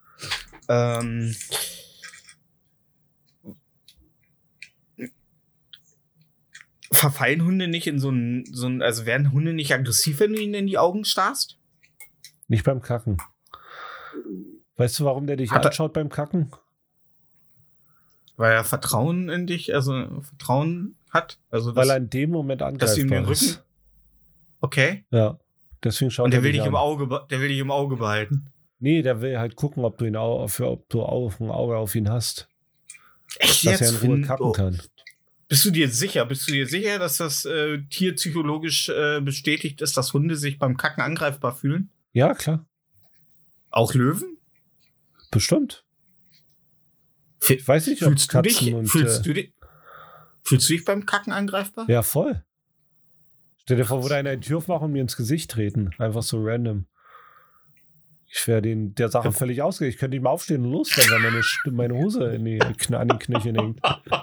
Verfallen Hunde nicht in so ein, also werden Hunde nicht aggressiv, wenn du ihnen in die Augen starrst? Nicht beim Kacken. Weißt du, warum der dich anschaut beim Kacken? Weil er Vertrauen in dich, also Vertrauen hat. Also weil er in dem Moment angreifbar ist. Dass du ihm den Rücken... Okay. Ja, deswegen schaut und der will dich im Auge behalten. Nee, der will halt gucken, ob du auch ein Auge auf ihn hast. Echt dass jetzt? er in Ruhe kacken kann. Bist du dir sicher, dass das tierpsychologisch bestätigt ist, dass Hunde sich beim Kacken angreifbar fühlen? Ja, klar. Auch Löwen? Bestimmt. Ich weiß nicht, ob Katzen und... Fühlst du dich beim Kacken angreifbar? Ja, voll. Stell dir vor, würde einer eine Tür aufmachen und mir ins Gesicht treten. Einfach so random. Ich wäre der Sache völlig ausgegangen. Ich könnte nicht mal aufstehen und losrennen, weil meine Hose an den Knöcheln hängt.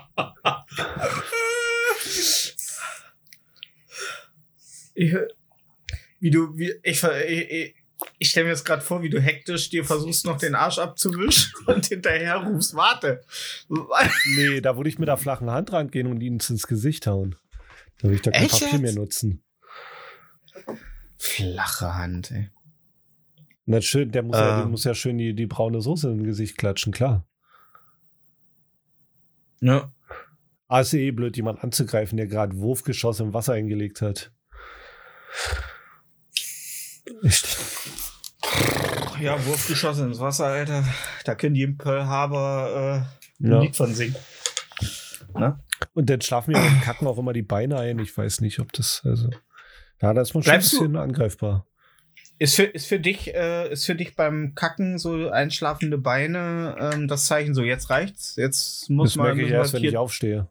Ich stelle mir jetzt gerade vor, wie du hektisch dir versuchst, noch den Arsch abzuwischen und hinterher rufst, warte. Nee, da würde ich mit der flachen Hand rangehen und ihn ins Gesicht hauen. Da würde ich da kein Papier mehr nutzen. Flache Hand, ey. Na schön, dem muss ja schön die braune Soße im Gesicht klatschen, klar. Ja. Aber es ist eh blöd, jemanden anzugreifen, der gerade Wurfgeschoss im Wasser eingelegt hat. Ja, Wurfgeschoss ins Wasser, Alter. Da können die im Pearl Harbor ein Lied von singen. Na? Und dann schlafen wir beim Kacken auch immer die Beine ein. Ich weiß nicht, ob das, also. Ja, da ist man schon ein bisschen angreifbar. Ist für dich beim Kacken so einschlafende Beine das Zeichen so, jetzt reicht's? Jetzt muss das merke ich erst, wenn ich aufstehe.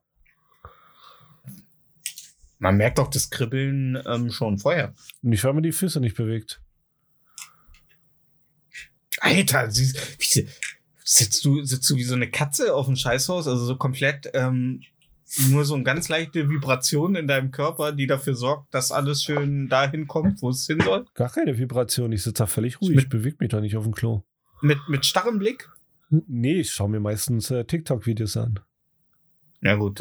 Man merkt doch das Kribbeln schon vorher. Nicht, weil man die Füße nicht bewegt. Alter, sitzt du wie so eine Katze auf dem Scheißhaus? Also so komplett nur so eine ganz leichte Vibration in deinem Körper, die dafür sorgt, dass alles schön dahin kommt, wo es hin soll? Gar keine Vibration. Ich sitze da völlig ruhig. Ich bewege mich da nicht auf dem Klo. Mit starrem Blick? Nee, ich schaue mir meistens TikTok-Videos an. Ja gut,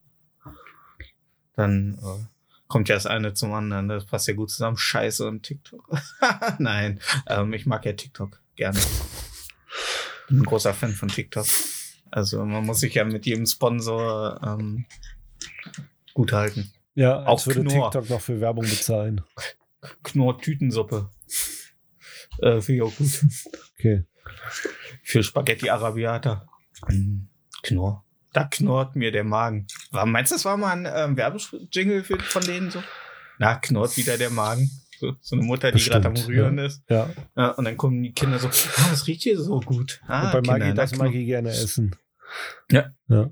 dann kommt ja das eine zum anderen. Das passt ja gut zusammen. Scheiße und TikTok. Nein, ich mag ja TikTok gerne. Bin ein großer Fan von TikTok. Also man muss sich ja mit jedem Sponsor gut halten. Ja, auch würde Knorr. TikTok noch für Werbung bezahlen. Knorr-Tütensuppe. Finde ich auch gut. Okay. Für Spaghetti Arrabbiata. Knorr. Da knurrt mir der Magen. Meinst du, das war mal ein Werbejingle von denen so? Na, knurrt wieder der Magen. So eine Mutter, die gerade am Rühren ist. Ja. Und dann kommen die Kinder so, das riecht hier so gut. Und bei Maggi, das mag ich gerne essen. Ja.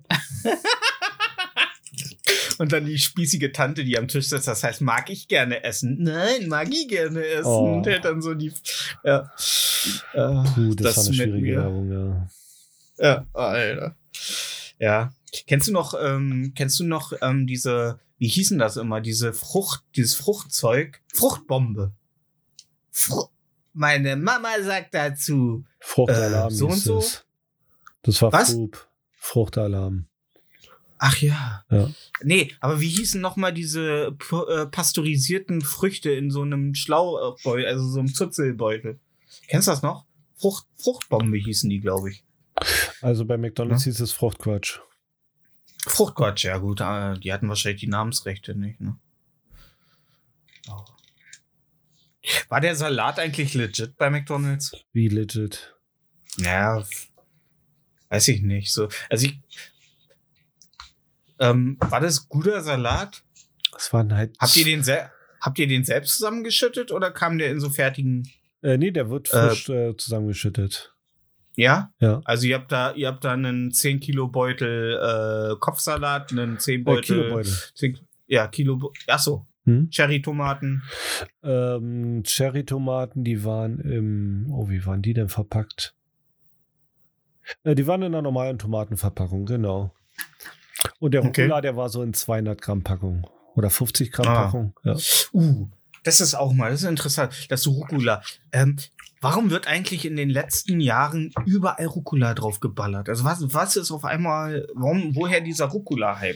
Und dann die spießige Tante, die am Tisch sitzt, das heißt, mag ich gerne essen? Nein, mag ich gerne essen. Oh. Der hat dann so die... das war eine schwierige Werbung, ja. Ja, Alter. Ja. Kennst du noch diese, wie hießen das immer, dieses Fruchtzeug? Fruchtbombe. Meine Mama sagt dazu. Fruchtalarm so und so. Das war Fruchtalarm. Ach ja. Nee, aber wie hießen nochmal diese pasteurisierten Früchte in so einem Schlaubeutel, also so einem Zuzelbeutel? Kennst du das noch? Fruchtbombe hießen die, glaube ich. Also bei McDonald's hieß es Fruchtquatsch. Fruchtquatsch, ja gut, die hatten wahrscheinlich die Namensrechte nicht, ne? Oh. War der Salat eigentlich legit bei McDonald's? Wie legit? Naja, weiß ich nicht. So, also war das guter Salat? Das waren halt. Habt ihr den selbst zusammengeschüttet oder kam der in so fertigen? Nee, der wird frisch zusammengeschüttet. Ja? Ja. Also ihr habt da einen 10 Kilo Beutel Kopfsalat, einen 10 Beutel. Kilobeutel. 10, achso. Cherry-Tomaten. Cherry-Tomaten, die waren wie waren die denn verpackt? Die waren in einer normalen Tomatenverpackung, genau. Und der Rucola, der war so in 200 Gramm Packung. Oder 50 Gramm Packung. Ja. Das ist interessant, das Rucola. Warum wird eigentlich in den letzten Jahren überall Rucola drauf geballert? Also was ist auf einmal, woher dieser Rucola-Hype?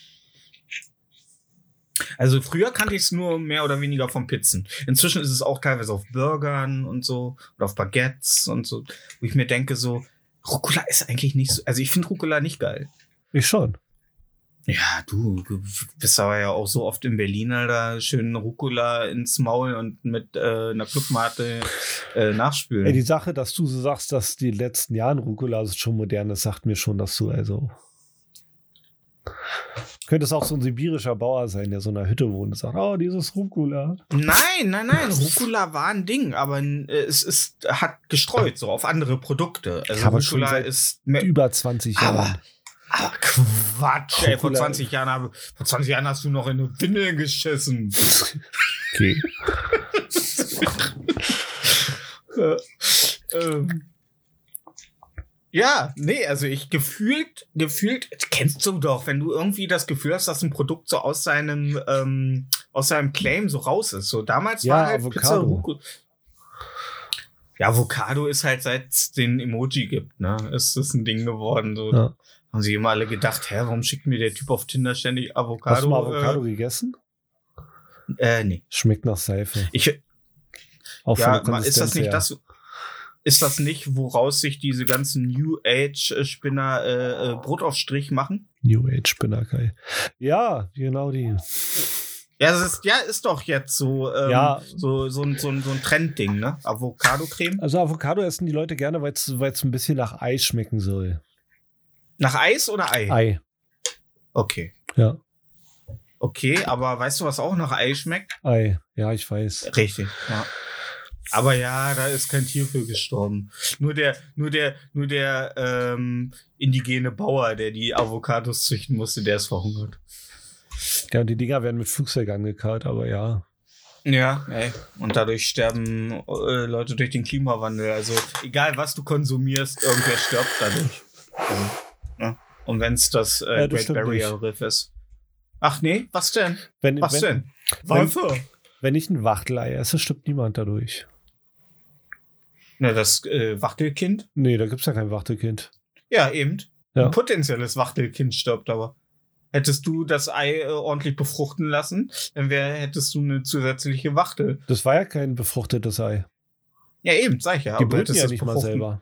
Also früher kannte ich es nur mehr oder weniger von Pizzen. Inzwischen ist es auch teilweise auf Burgern und so oder auf Baguettes und so, wo ich mir denke so, Rucola ist eigentlich nicht so, also ich finde Rucola nicht geil. Ich schon. Ja, du bist aber ja auch so oft in Berlin, Alter, schön Rucola ins Maul und mit einer Clubmate nachspülen. Ey, die Sache, dass du so sagst, dass die letzten Jahren Rucola schon modern ist, sagt mir schon, dass du also Könnte es auch so ein sibirischer Bauer sein, der so in einer Hütte wohnt und sagt, oh, dieses Rucola. Nein. Rucola war ein Ding, aber es hat gestreut, so auf andere Produkte. Also aber Rucola schon ist über 20 Jahren. Aber Quatsch, ey, vor 20 Jahren hast du noch in eine Windel geschissen. Okay. Ja, nee, also ich gefühlt, kennst du doch, wenn du irgendwie das Gefühl hast, dass ein Produkt so aus seinem Claim so raus ist. So damals war halt Avocado. Ja, Avocado ist halt, seit es den Emoji gibt, ne, ist das ein Ding geworden. So. Ja. Haben sich immer alle gedacht, warum schickt mir der Typ auf Tinder ständig Avocado? Hast du mal Avocado gegessen? Nee. Schmeckt nach Seife. Auch ja, ist das nicht das? Ist das nicht, woraus sich diese ganzen New Age Spinner Brot auf Strich machen? New Age Spinner, geil. Ja, genau die. Ja, ist doch jetzt so, so ein Trendding, ne? Avocado-Creme. Also Avocado essen die Leute gerne, weil es ein bisschen nach Eis schmecken soll. Nach Eis oder Ei? Ei. Okay. Ja. Okay, aber weißt du, was auch nach Ei schmeckt? Ei, ja, ich weiß. Richtig, ja. Aber ja, da ist kein Tier für gestorben. Nur der indigene Bauer, der die Avocados züchten musste, der ist verhungert. Ja, und die Dinger werden mit Flugzeug angekarrt, aber ja. Ja, ey. Und dadurch sterben Leute durch den Klimawandel. Also egal, was du konsumierst, irgendwer stirbt dadurch. Ja. Und wenn es das Great Barrier Reef ist. Ach nee, was denn? Was denn? Wenn ich ein Wachtelei esse, stirbt niemand dadurch. Na, das Wachtelkind? Nee, da gibt's ja kein Wachtelkind. Ja, eben. Ja. Ein potenzielles Wachtelkind stirbt aber. Hättest du das Ei ordentlich befruchten lassen, dann hättest du eine zusätzliche Wachtel. Das war ja kein befruchtetes Ei. Ja, eben, sag ich ja. Die brüten ja nicht mal selber.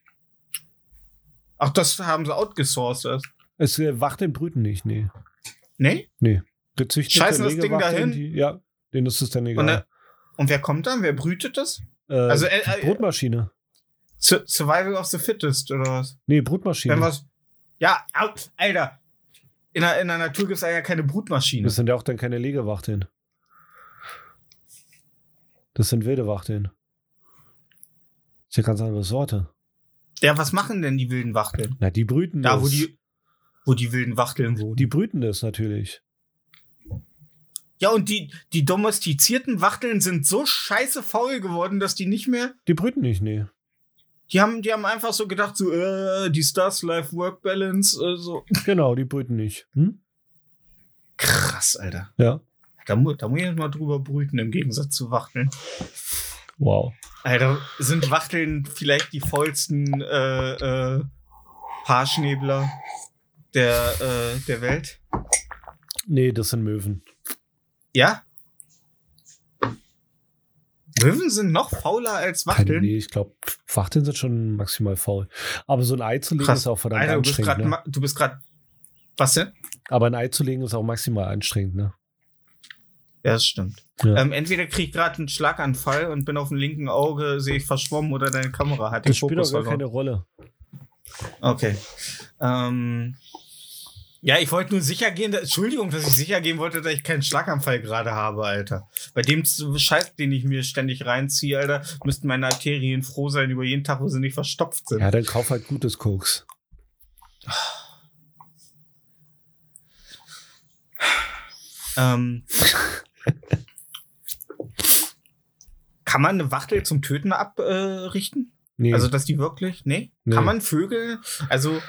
Ach, das haben sie outgesourced. Wachteln brüten nicht, nee. Nee? Nee. Scheißen das Ding dahin? Ja, denen ist es dann egal. Und wer kommt dann? Wer brütet das? Brutmaschine. Survival of the Fittest, oder was? Nee, Brutmaschine. Ja, Alter. In der Natur gibt es ja keine Brutmaschine. Das sind ja auch dann keine Legewachteln. Das sind wilde Wachteln. Das ist ja ganz andere Sorte. Ja, was machen denn die wilden Wachteln? Na, die brüten da, das. Wo die wilden Wachteln wohnen. Die brüten das natürlich. Ja, und die domestizierten Wachteln sind so scheiße faul geworden, dass die nicht mehr... Die brüten nicht, nee. Die haben einfach so gedacht, so, die Stars-Life-Work-Balance, so. Genau, die brüten nicht. Krass, Alter. Ja. Da muss ich jetzt mal drüber brüten, im Gegensatz zu Wachteln. Wow. Alter, sind Wachteln vielleicht die faulsten Haarschnäbler der Welt? Nee, das sind Möwen. Ja? Möwen sind noch fauler als Wachteln? Nee, ich glaube, Wachteln sind schon maximal faul. Aber so ein Ei zu legen ist auch verdammt anstrengend. Du bist gerade... Was denn? Aber ein Ei zu legen ist auch maximal anstrengend, ne? Ja, das stimmt. Ja. Entweder krieg ich gerade einen Schlaganfall und bin auf dem linken Auge, sehe ich verschwommen, oder deine Kamera hat den Fokus verloren. Das spielt auch gar keine Rolle. Okay. Ja, ich wollte nur sicher gehen, Entschuldigung, dass ich sicher gehen wollte, dass ich keinen Schlaganfall gerade habe, Alter. Bei dem Scheiß, den ich mir ständig reinziehe, Alter, müssten meine Arterien froh sein über jeden Tag, wo sie nicht verstopft sind. Ja, dann kauf halt gutes Koks. Kann man eine Wachtel zum Töten abrichten? Nee. Also, dass die wirklich, nee? Kann man Vögel, also,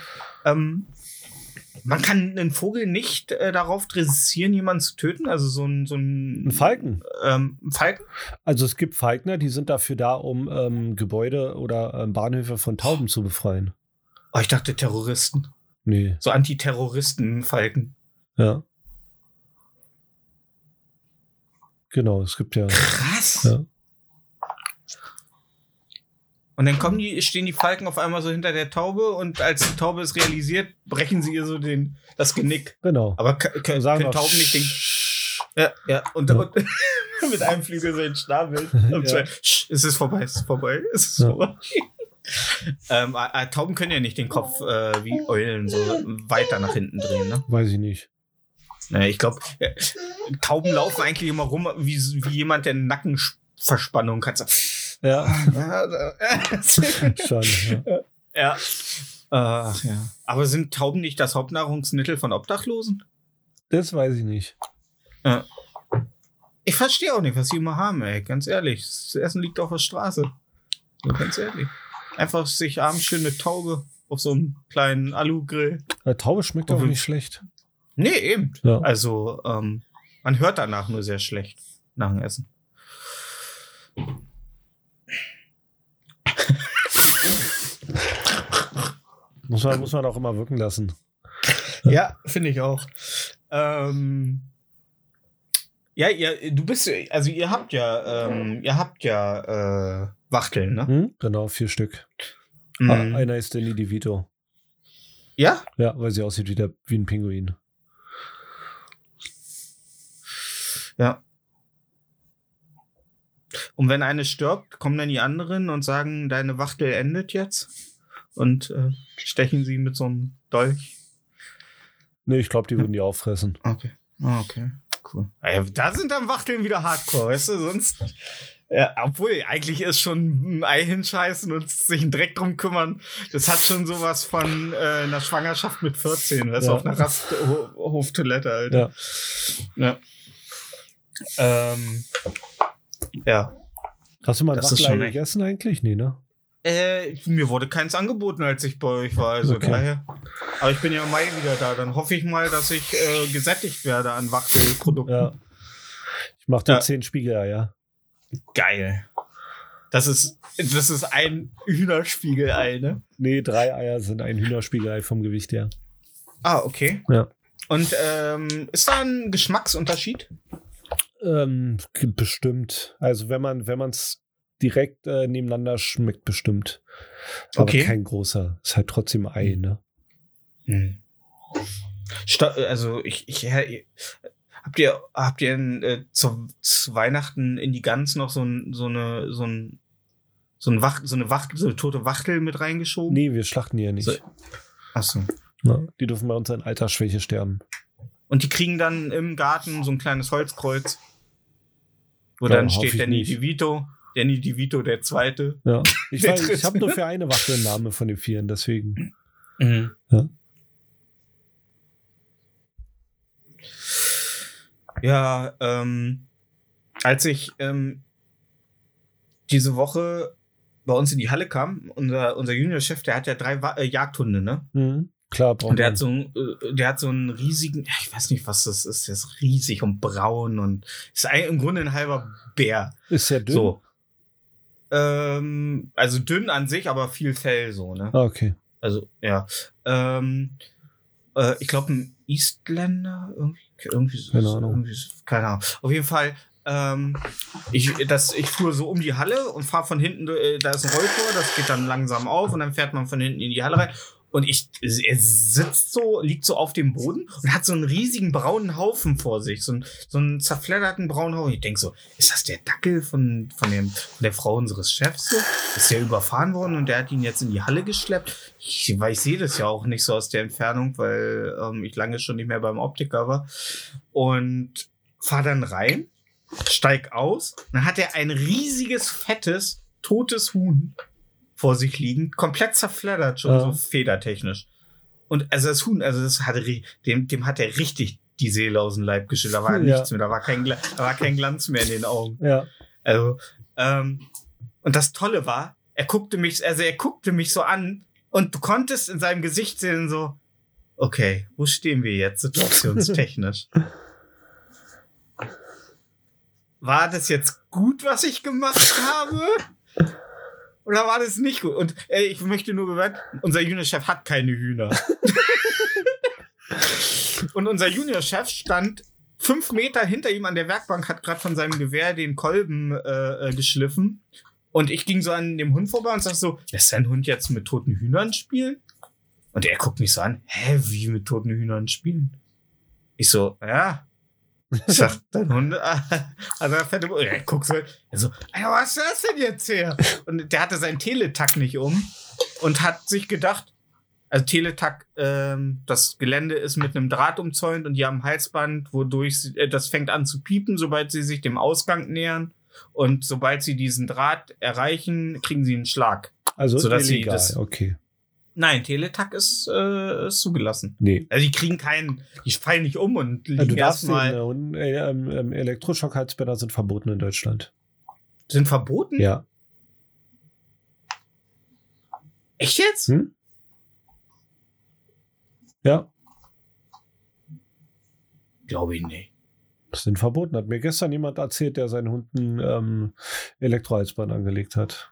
man kann einen Vogel nicht darauf dressieren, jemanden zu töten? Also so ein Falken. Falken? Also es gibt Falkner, die sind dafür da, um Gebäude oder Bahnhöfe von Tauben zu befreien. Oh, ich dachte Terroristen. Nee. So Antiterroristen-Falken. Ja. Genau, es gibt ja... Krass! Ja. Und dann stehen die Falken auf einmal so hinter der Taube und als die Taube es realisiert, brechen sie ihr so das Genick. Genau. Aber können Tauben nicht den... Ja. Und mit einem Flügel so den Schnabel. Und ja. ist es vorbei, ist es vorbei. Tauben können ja nicht den Kopf wie Eulen so weiter nach hinten drehen, ne? Weiß ich nicht. Ich glaube, Tauben laufen eigentlich immer rum wie jemand, der Nackenverspannung hat. Ja. Schon, ja. Ja. Ja. Aber sind Tauben nicht das Hauptnahrungsmittel von Obdachlosen? Das weiß ich nicht. Ja. Ich verstehe auch nicht, was sie immer haben, ey. Ganz ehrlich. Das Essen liegt auf der Straße. So, ganz ehrlich. Einfach sich abends schön eine Taube auf so einem kleinen Alu-Grill. Taube schmeckt auch nicht schlecht. Nee, eben. Ja. Also, man hört danach nur sehr schlecht nach dem Essen. Muss man auch immer wirken lassen. Ja, finde ich auch. Ja, ihr habt ja Wachteln, ne? Genau, 4 Stück. Mhm. Einer ist Danny DeVito. Ja? Ja, weil sie aussieht wie ein Pinguin. Ja. Und wenn eine stirbt, kommen dann die anderen und sagen, deine Wachtel endet jetzt? Und stechen sie mit so einem Dolch? Nee, ich glaube, die würden die auffressen. Okay. Okay, cool. Ja, da sind dann Wachteln wieder hardcore, weißt du? Sonst. Ja, obwohl, eigentlich ist schon ein Ei hinscheißen und sich einen Dreck drum kümmern. Das hat schon sowas von einer Schwangerschaft mit 14, weißt du, auf einer Rasthoftoilette, Alter. Ja. Ja. Hast du mal ein Wachtelei gegessen eigentlich? Nee, ne? Mir wurde keins angeboten, als ich bei euch war, also okay. Daher. Aber ich bin ja im Mai wieder da, dann hoffe ich mal, dass ich gesättigt werde an Wachtelprodukten. Ja. Ich mache da 10 Spiegeleier. Geil. Das ist ein Hühnerspiegelei, ne? Nee, 3 Eier sind ein Hühnerspiegelei vom Gewicht her. Ah, okay. Ja. Und ist da ein Geschmacksunterschied? Bestimmt. Also wenn man es direkt nebeneinander schmeckt, bestimmt. Aber okay. Kein großer. Ist halt trotzdem Ei, ne? Also habt ihr zu Weihnachten in die Gans noch so eine tote Wachtel mit reingeschoben? Nee, wir schlachten die ja nicht. Achso. Ja, die dürfen bei uns an Altersschwäche sterben. Und die kriegen dann im Garten so ein kleines Holzkreuz, wo dann steht Danny DeVito. Danny DeVito, der Zweite. Ja. Ich habe nur für eine Wachtel einen Namen von den 4, deswegen. Mhm. Ja. Als ich diese Woche bei uns in die Halle kam, unser Juniorchef, der hat ja 3 Jagdhunde, ne? Mhm. Klar, und der hat so einen riesigen, ich weiß nicht, was das ist, der ist riesig und braun und ist im Grunde ein halber Bär. Ist sehr dünn? So. Also dünn an sich, aber viel Fell so, ne? Ah, okay. Also, ja. Ich glaube, ein Eastländer, irgendwie so. Keine Ahnung. Keine Ahnung. Auf jeden Fall, ich fuhr so um die Halle und fahre von hinten, da ist ein Rolltor, das geht dann langsam auf und dann fährt man von hinten in die Halle rein. Und er liegt so auf dem Boden und hat so einen riesigen braunen Haufen vor sich. So einen zerfledderten braunen Haufen. Ich denke so, ist das der Dackel von der Frau unseres Chefs so? Ist der überfahren worden und der hat ihn jetzt in die Halle geschleppt? Weil ich sehe das ja auch nicht so aus der Entfernung, weil ich lange schon nicht mehr beim Optiker war. Und fahr dann rein, steig aus. Dann hat er ein riesiges, fettes, totes Huhn vor sich liegen, komplett zerfleddert, schon so federtechnisch. Und also das Huhn, dem hat er richtig die Seele aus dem Leib geschüttelt. Da war nichts mehr, da war kein Glanz mehr in den Augen. Ja. Also, und das Tolle war, er guckte mich so an und du konntest in seinem Gesicht sehen so, okay, wo stehen wir jetzt situationstechnisch? War das jetzt gut, was ich gemacht habe? Oder war das nicht gut? Und ich möchte nur bewerten, unser Juniorchef hat keine Hühner. Und unser Juniorchef stand 5 Meter hinter ihm an der Werkbank, hat gerade von seinem Gewehr den Kolben geschliffen. Und ich ging so an dem Hund vorbei und sag so, lässt dein Hund jetzt mit toten Hühnern spielen? Und er guckt mich so an, wie mit toten Hühnern spielen? Ich so, ja. Ich sag, dein Hund, also er guckt so, er so, Alter, was ist das denn jetzt her? Und der hatte seinen Teletack nicht um. und hat sich gedacht, also Teletag, das Gelände ist mit einem Draht umzäunt und die haben ein Halsband, wodurch das fängt an zu piepen, sobald sie sich dem Ausgang nähern. Und sobald sie diesen Draht erreichen, kriegen sie einen Schlag. Also illegal, okay. Nein, Teletag ist zugelassen. Nee. Also die kriegen die fallen nicht um und liegen erstmal. Elektroschock-Halsbänder sind verboten in Deutschland. Sind verboten? Ja. Echt jetzt? Ja. Glaube ich nicht. Das sind verboten. Hat mir gestern jemand erzählt, der seinen Hunden Elektrohalsband angelegt hat.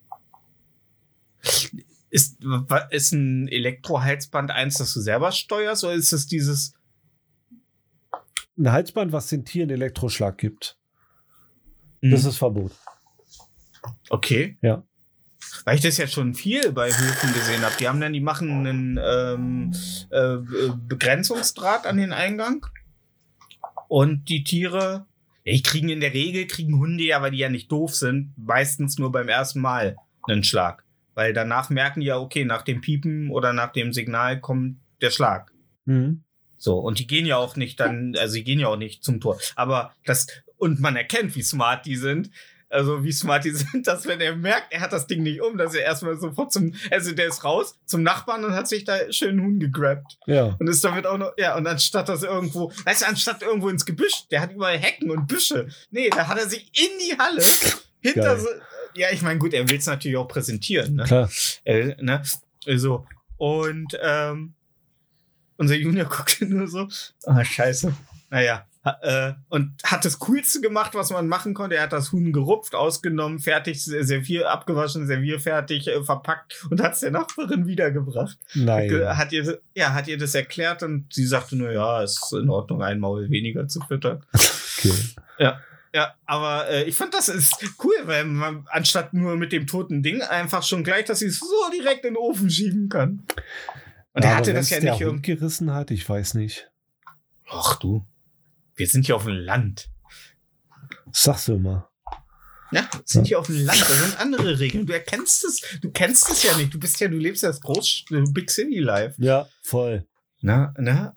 Ist ein Elektrohalsband eins, das du selber steuerst, oder ist es dieses... Ein Halsband, was den Tieren Elektroschlag gibt. Das ist verboten. Okay. Ja. Weil ich das ja schon viel bei Höfen gesehen habe. Die machen einen Begrenzungsdraht an den Eingang. Und die Tiere, kriegen Hunde ja, weil die ja nicht doof sind, meistens nur beim ersten Mal einen Schlag. Weil danach merken die ja, okay, nach dem Piepen oder nach dem Signal kommt der Schlag. Mhm. So, und die gehen ja auch nicht zum Tor. Aber und man erkennt, wie smart die sind. Also wie smart die sind, dass wenn er merkt, er hat das Ding nicht dass er erstmal sofort der ist raus zum Nachbarn und hat sich da schön einen Huhn gegrabt. Ja. Und ist damit auch noch, und anstatt irgendwo ins Gebüsch, der hat überall Hecken und Büsche. Nee, da hat er sich in die Halle hinter so, ja, ich meine, gut, er will es natürlich auch präsentieren, ne? Klar. Ne? So. Und, unser Junior guckte nur so, scheiße. Naja. Und hat das Coolste gemacht, was man machen konnte. Er hat das Huhn gerupft, ausgenommen, fertig, abgewaschen, servierfertig, verpackt und hat es der Nachbarin wiedergebracht. Nein. Hat ihr das erklärt und sie sagte nur, ja, ist in Ordnung, ein Maul weniger zu füttern. Okay. Ja, aber ich fand, das ist cool, weil man anstatt nur mit dem toten Ding einfach schon gleich, dass sie es so direkt in den Ofen schieben kann. Und er hatte das ja nicht irgendwie gerissen hat, ich weiß nicht. Ach du. Wir sind hier auf dem Land. Sagst du immer. Ja, wir sind hier auf dem Land. Da sind andere Regeln. Du kennst es ja nicht. Du lebst ja das Big City Life. Ja, voll. Na?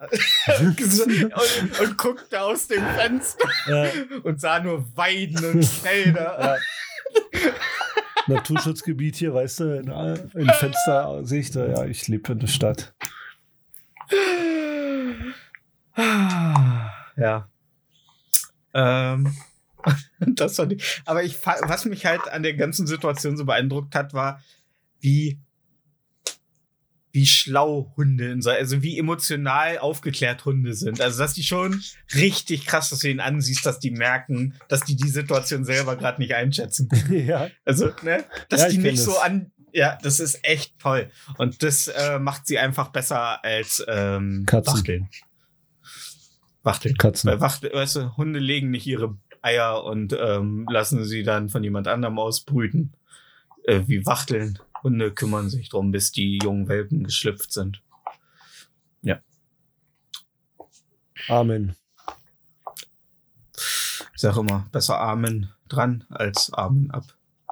und guckte aus dem Fenster und sah nur Weiden und Felder. Ja. Naturschutzgebiet hier, weißt du, in Fenstersicht. Ja, ich lebe in der Stadt. Ja. Das war aber was mich halt an der ganzen Situation so beeindruckt hat, war, wie schlau Hunde also wie emotional aufgeklärt Hunde sind. Also, dass die schon richtig krass, dass du ihnen ansiehst, dass die merken, dass die Situation selber gerade nicht einschätzen. Ja. Also, ne? Dass die nicht so ja, das ist echt toll. Und das macht sie einfach besser als Katzen. Wachteln. Katzen. Weil weißt du, Hunde legen nicht ihre Eier und lassen sie dann von jemand anderem ausbrüten. Wie Wachteln. Hunde kümmern sich drum, bis die jungen Welpen geschlüpft sind. Ja. Amen. Ich sage immer, besser Amen dran als Amen ab.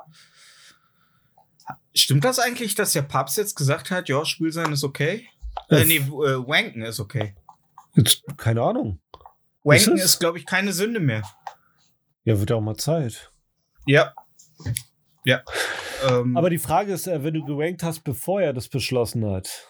Stimmt das eigentlich, dass der Papst jetzt gesagt hat, ja, schwul sein ist okay? Wanken ist okay. Jetzt, keine Ahnung. Wanken ist, glaube ich, keine Sünde mehr. Ja, wird ja auch mal Zeit. Ja. Ja. Aber die Frage ist, wenn du gewankt hast, bevor er das beschlossen hat.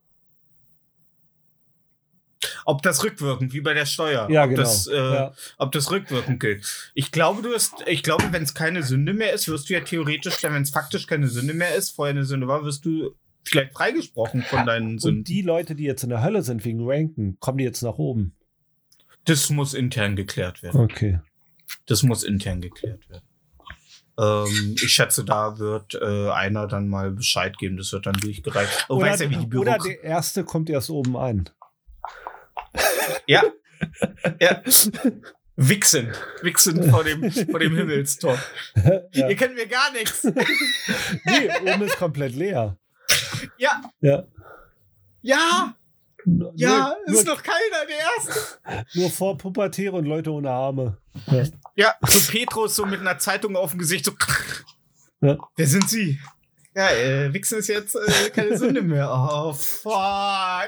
Ob das rückwirkend, wie bei der Steuer. Ja, genau. Ob das rückwirkend gilt. Ich glaube, wenn es keine Sünde mehr ist, wirst du ja theoretisch, wenn es faktisch keine Sünde mehr ist, vorher eine Sünde war, wirst du vielleicht freigesprochen von deinen Sünden. Und die Leute, die jetzt in der Hölle sind wegen Wanken, kommen die jetzt nach oben? Das muss intern geklärt werden. Okay. Das muss intern geklärt werden. Ich schätze, da wird einer dann mal Bescheid geben. Das wird dann durchgereicht. Oder der Erste kommt erst oben an. Ja. Ja. Wichsen vor dem Himmelstor. Ja. Ihr kennt mir gar nichts. Nee, oben ist komplett leer. Ja. Ja. Ja. Ja, ist noch keiner der Erste. Nur vor Pubertäre und Leute ohne Arme. Ja, so Petrus so mit einer Zeitung auf dem Gesicht so. Ja. Wer sind Sie? Ja, Wichsen ist jetzt keine Sünde mehr. Oh, fuck.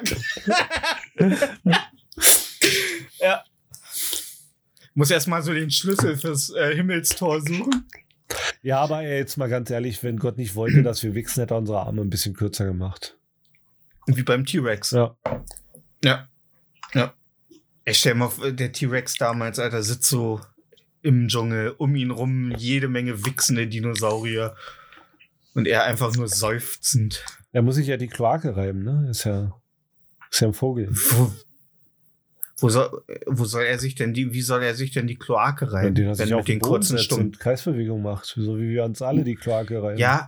Ja. Muss erstmal so den Schlüssel fürs Himmelstor suchen. Ja, aber jetzt mal ganz ehrlich, wenn Gott nicht wollte, dass wir wichsen, hätte er unsere Arme ein bisschen kürzer gemacht. Wie beim T-Rex. Ja. Ja. Ich stell mal vor, der T-Rex damals, Alter, sitzt so im Dschungel, um ihn rum jede Menge wichsende Dinosaurier. Und er einfach nur seufzend. Er muss sich ja die Kloake reiben, ne? Ist ja ein Vogel. Wie soll er sich denn die Kloake reiben? Indem er sich auf mit den den Boden kurzen setzt Stunden und Kreisbewegung macht, so wie wir uns alle die Kloake reiben. Ja.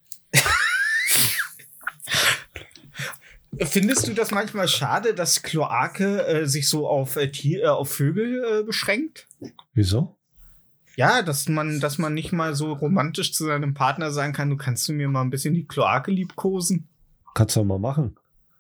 Findest du das manchmal schade, dass Kloake sich so auf Vögel beschränkt? Wieso? Ja, dass man nicht mal so romantisch zu seinem Partner sagen kann, du kannst mir mal ein bisschen die Kloake liebkosen? Kannst du doch mal machen.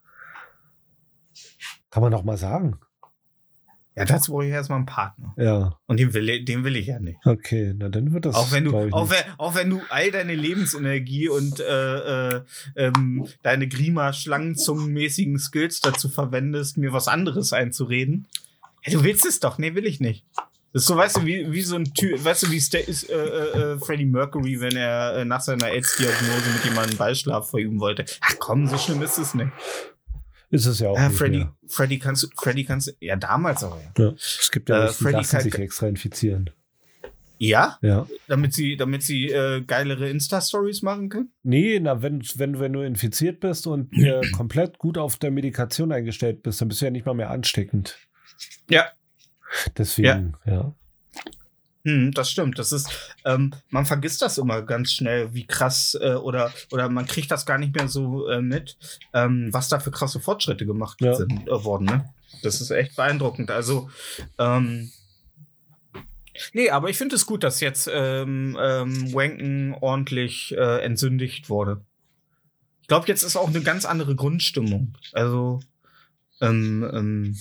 Kann man doch mal sagen. Ja, dazu brauche ich erstmal einen Partner. Ja. Und den will ich ja nicht. Okay, na dann wird das. Auch wenn du all deine Lebensenergie und deine Grima-Schlangenzungenmäßigen Skills dazu verwendest, mir was anderes einzureden. Ja, du willst es doch. Nee, will ich nicht. Das ist so, weißt du, wie so ein Typ, weißt du, wie Freddie Mercury, wenn er nach seiner AIDS-Diagnose mit jemandem Beischlaf verüben wollte. Ach komm, so schlimm ist es nicht. Ist es ja auch nicht mehr. Freddy kannst ja damals auch, ja. Ja, es gibt ja Leute, die lassen sich extra infizieren. Ja? Ja. Damit sie geilere Insta-Stories machen können? Nee, na, wenn du infiziert bist und komplett gut auf der Medikation eingestellt bist, dann bist du ja nicht mal mehr ansteckend. Ja. Deswegen, ja. Das stimmt. Das ist, man vergisst das immer ganz schnell, wie krass oder man kriegt das gar nicht mehr so mit, was da für krasse Fortschritte gemacht worden. Ne? Das ist echt beeindruckend. Also, nee, aber ich finde es gut, dass jetzt Wanken ordentlich entsündigt wurde. Ich glaube, jetzt ist auch eine ganz andere Grundstimmung. Also, im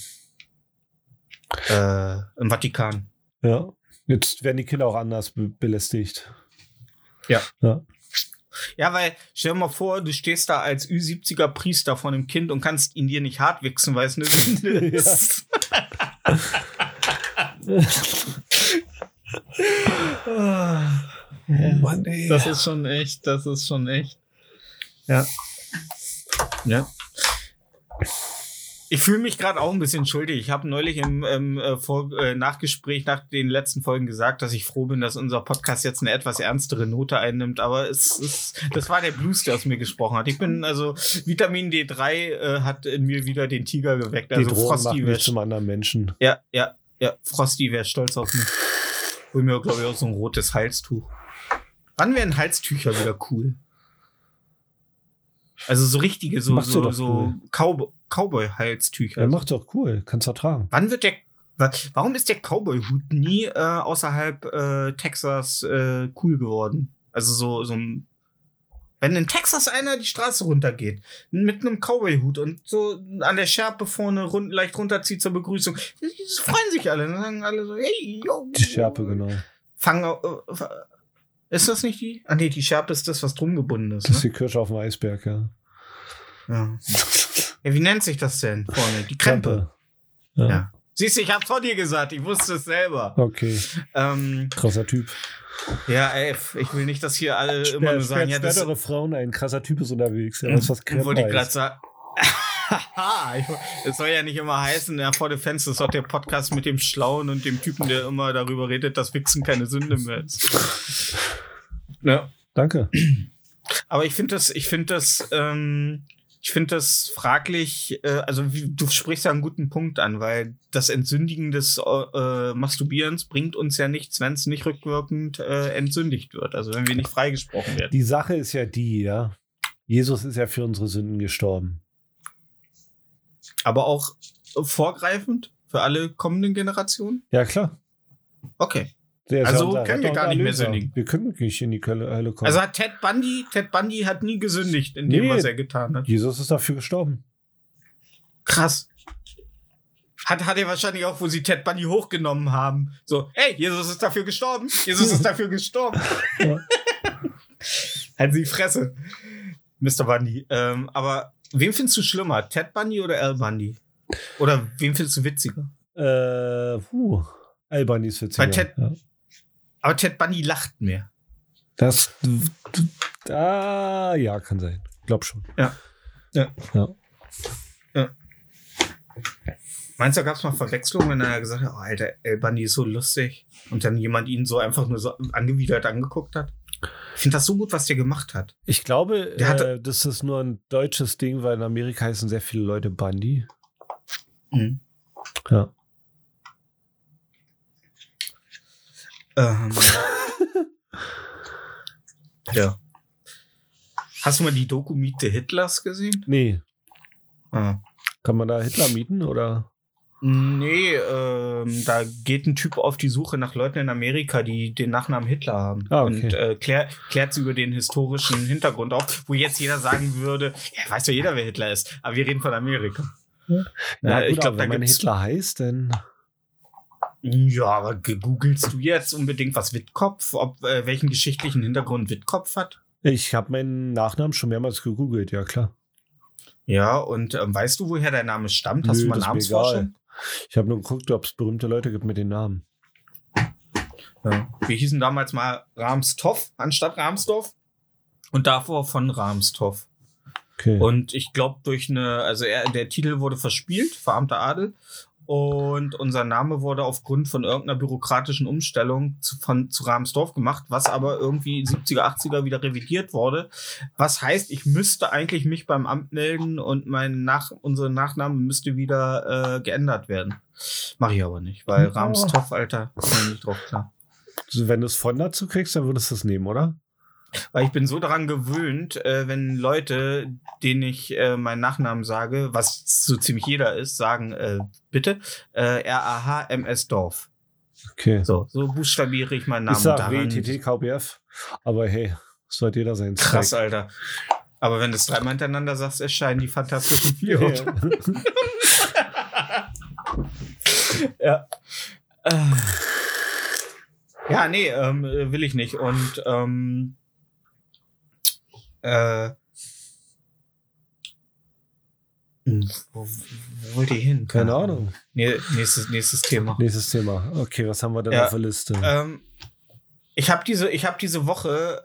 Vatikan. Ja. Jetzt werden die Kinder auch anders belästigt. Ja. Ja, weil, stell dir mal vor, du stehst da als Ü70er Priester vor einem Kind und kannst ihn dir nicht hart wichsen, weil es eine Sünde ist. Oh Mann, ey. Das ist schon echt. Ja. Ich fühle mich gerade auch ein bisschen schuldig. Ich habe neulich im Nachgespräch nach den letzten Folgen gesagt, dass ich froh bin, dass unser Podcast jetzt eine etwas ernstere Note einnimmt. Aber das war der Blues, der aus mir gesprochen hat. Vitamin D3 hat in mir wieder den Tiger geweckt. Also die Drogen machen mich zum anderen Menschen. Ja. Frosty wäre stolz auf mich. Hol mir, glaube ich, auch so ein rotes Halstuch. Wann wären Halstücher wieder cool? Also so richtige, so Cowboy-Halstücher. Ja, macht doch cool. Kannst du tragen. Warum ist der Cowboy-Hut nie außerhalb Texas cool geworden? Also wenn in Texas einer die Straße runtergeht, mit einem Cowboy-Hut und so an der Schärpe vorne leicht runterzieht zur Begrüßung, die freuen sich alle. Dann sagen alle so, hey, yo. Die Schärpe, genau. Ist das nicht die? Ah, nee, die Schärpe ist das, was drum gebunden ist. Das ist die Kirsche auf dem Eisberg, ja. Ja, wie nennt sich das denn vorne? Die Krempe. Ja. Siehst du, ich hab's vor dir gesagt, ich wusste es selber. Okay. Krasser Typ. Ja, ey, ich will nicht, dass hier alle immer nur sagen, ja, das ist Frauen, ein krasser Typ ist unterwegs. Ja, was wollte ich gerade sagen. Es soll ja nicht immer heißen, ja, vor the Fans ist doch der Podcast mit dem Schlauen und dem Typen, der immer darüber redet, dass Wichsen keine Sünde mehr ist. Ja. Danke. Aber ich finde das fraglich, du sprichst ja einen guten Punkt an, weil das Entsündigen des Masturbierens bringt uns ja nichts, wenn es nicht rückwirkend entsündigt wird, also wenn wir nicht freigesprochen werden. Die Sache ist ja ja, Jesus ist ja für unsere Sünden gestorben. Aber auch vorgreifend für alle kommenden Generationen? Ja, klar. Okay. Also können wir gar nicht mehr sündigen. Wir können nicht in die Hölle kommen. Also hat Ted Bundy hat nie gesündigt in dem, was er getan hat. Jesus ist dafür gestorben. Krass. Hat er wahrscheinlich auch, wo sie Ted Bundy hochgenommen haben. So, hey, Jesus ist dafür gestorben. Jesus ist dafür gestorben. Ja. Halt die Fresse, Mr. Bundy. Aber wen findest du schlimmer? Ted Bundy oder Al Bundy? Oder wen findest du witziger? Al Bundy ist witziger. Aber Ted Bundy lacht mehr. Ja, kann sein. Glaub schon. Ja. Meinst du, gab es mal Verwechslungen, wenn er gesagt hat, oh, Alter, Al Bundy ist so lustig und dann jemand ihn so einfach nur so angewidert angeguckt hat? Ich finde das so gut, was der gemacht hat. Ich glaube, das ist nur ein deutsches Ding, weil in Amerika heißen sehr viele Leute Bundy. Mhm. Ja. Ja. Hast du mal die Doku Meet the Hitlers gesehen? Nee. Ah. Kann man da Hitler mieten, oder? Nee, da geht ein Typ auf die Suche nach Leuten in Amerika, die den Nachnamen Hitler haben. Okay. Und klärt sie über den historischen Hintergrund auf, wo jetzt jeder sagen würde, ja, weiß ja jeder, wer Hitler ist, aber wir reden von Amerika. Ja, gut, ich glaube, wenn man Hitler heißt, dann... Ja, aber googelst du jetzt unbedingt, was Wittkopf, welchen geschichtlichen Hintergrund Wittkopf hat? Ich habe meinen Nachnamen schon mehrmals gegoogelt, ja klar. Ja, und weißt du, woher dein Name stammt? Hast du mal Namensforschung? Ich habe nur geguckt, ob es berühmte Leute gibt mit den Namen. Ja. Wir hießen damals mal Ramstoff anstatt Ramsdorf und davor von Ramstoff. Okay. Und ich glaube, der Titel wurde verspielt, verarmter Adel. Und unser Name wurde aufgrund von irgendeiner bürokratischen Umstellung zu Ramsdorf gemacht, was aber irgendwie 70er, 80er wieder revidiert wurde. Was heißt, ich müsste eigentlich mich beim Amt melden und unser Nachname müsste wieder geändert werden. Mache ich aber nicht, weil Ramsdorf, Alter, komme ich nicht drauf klar. Also wenn du es von dazu kriegst, dann würdest du es nehmen, oder? Weil ich bin so daran gewöhnt, wenn Leute, denen ich meinen Nachnamen sage, was so ziemlich jeder ist, sagen, bitte, RAHMS Dorf. Okay. So buchstabiere ich meinen Namen. Ich sag WTTKBF, aber hey, sollte jeder sein. Krass, Alter. Aber wenn du es dreimal hintereinander sagst, erscheinen die fantastischen Vier. Ja. Ja, nee, will ich nicht. Und wo wollt ihr hin? Keine Ahnung. Nächstes Thema. Nächstes Thema. Okay, was haben wir denn auf der Liste? Ich habe diese Woche,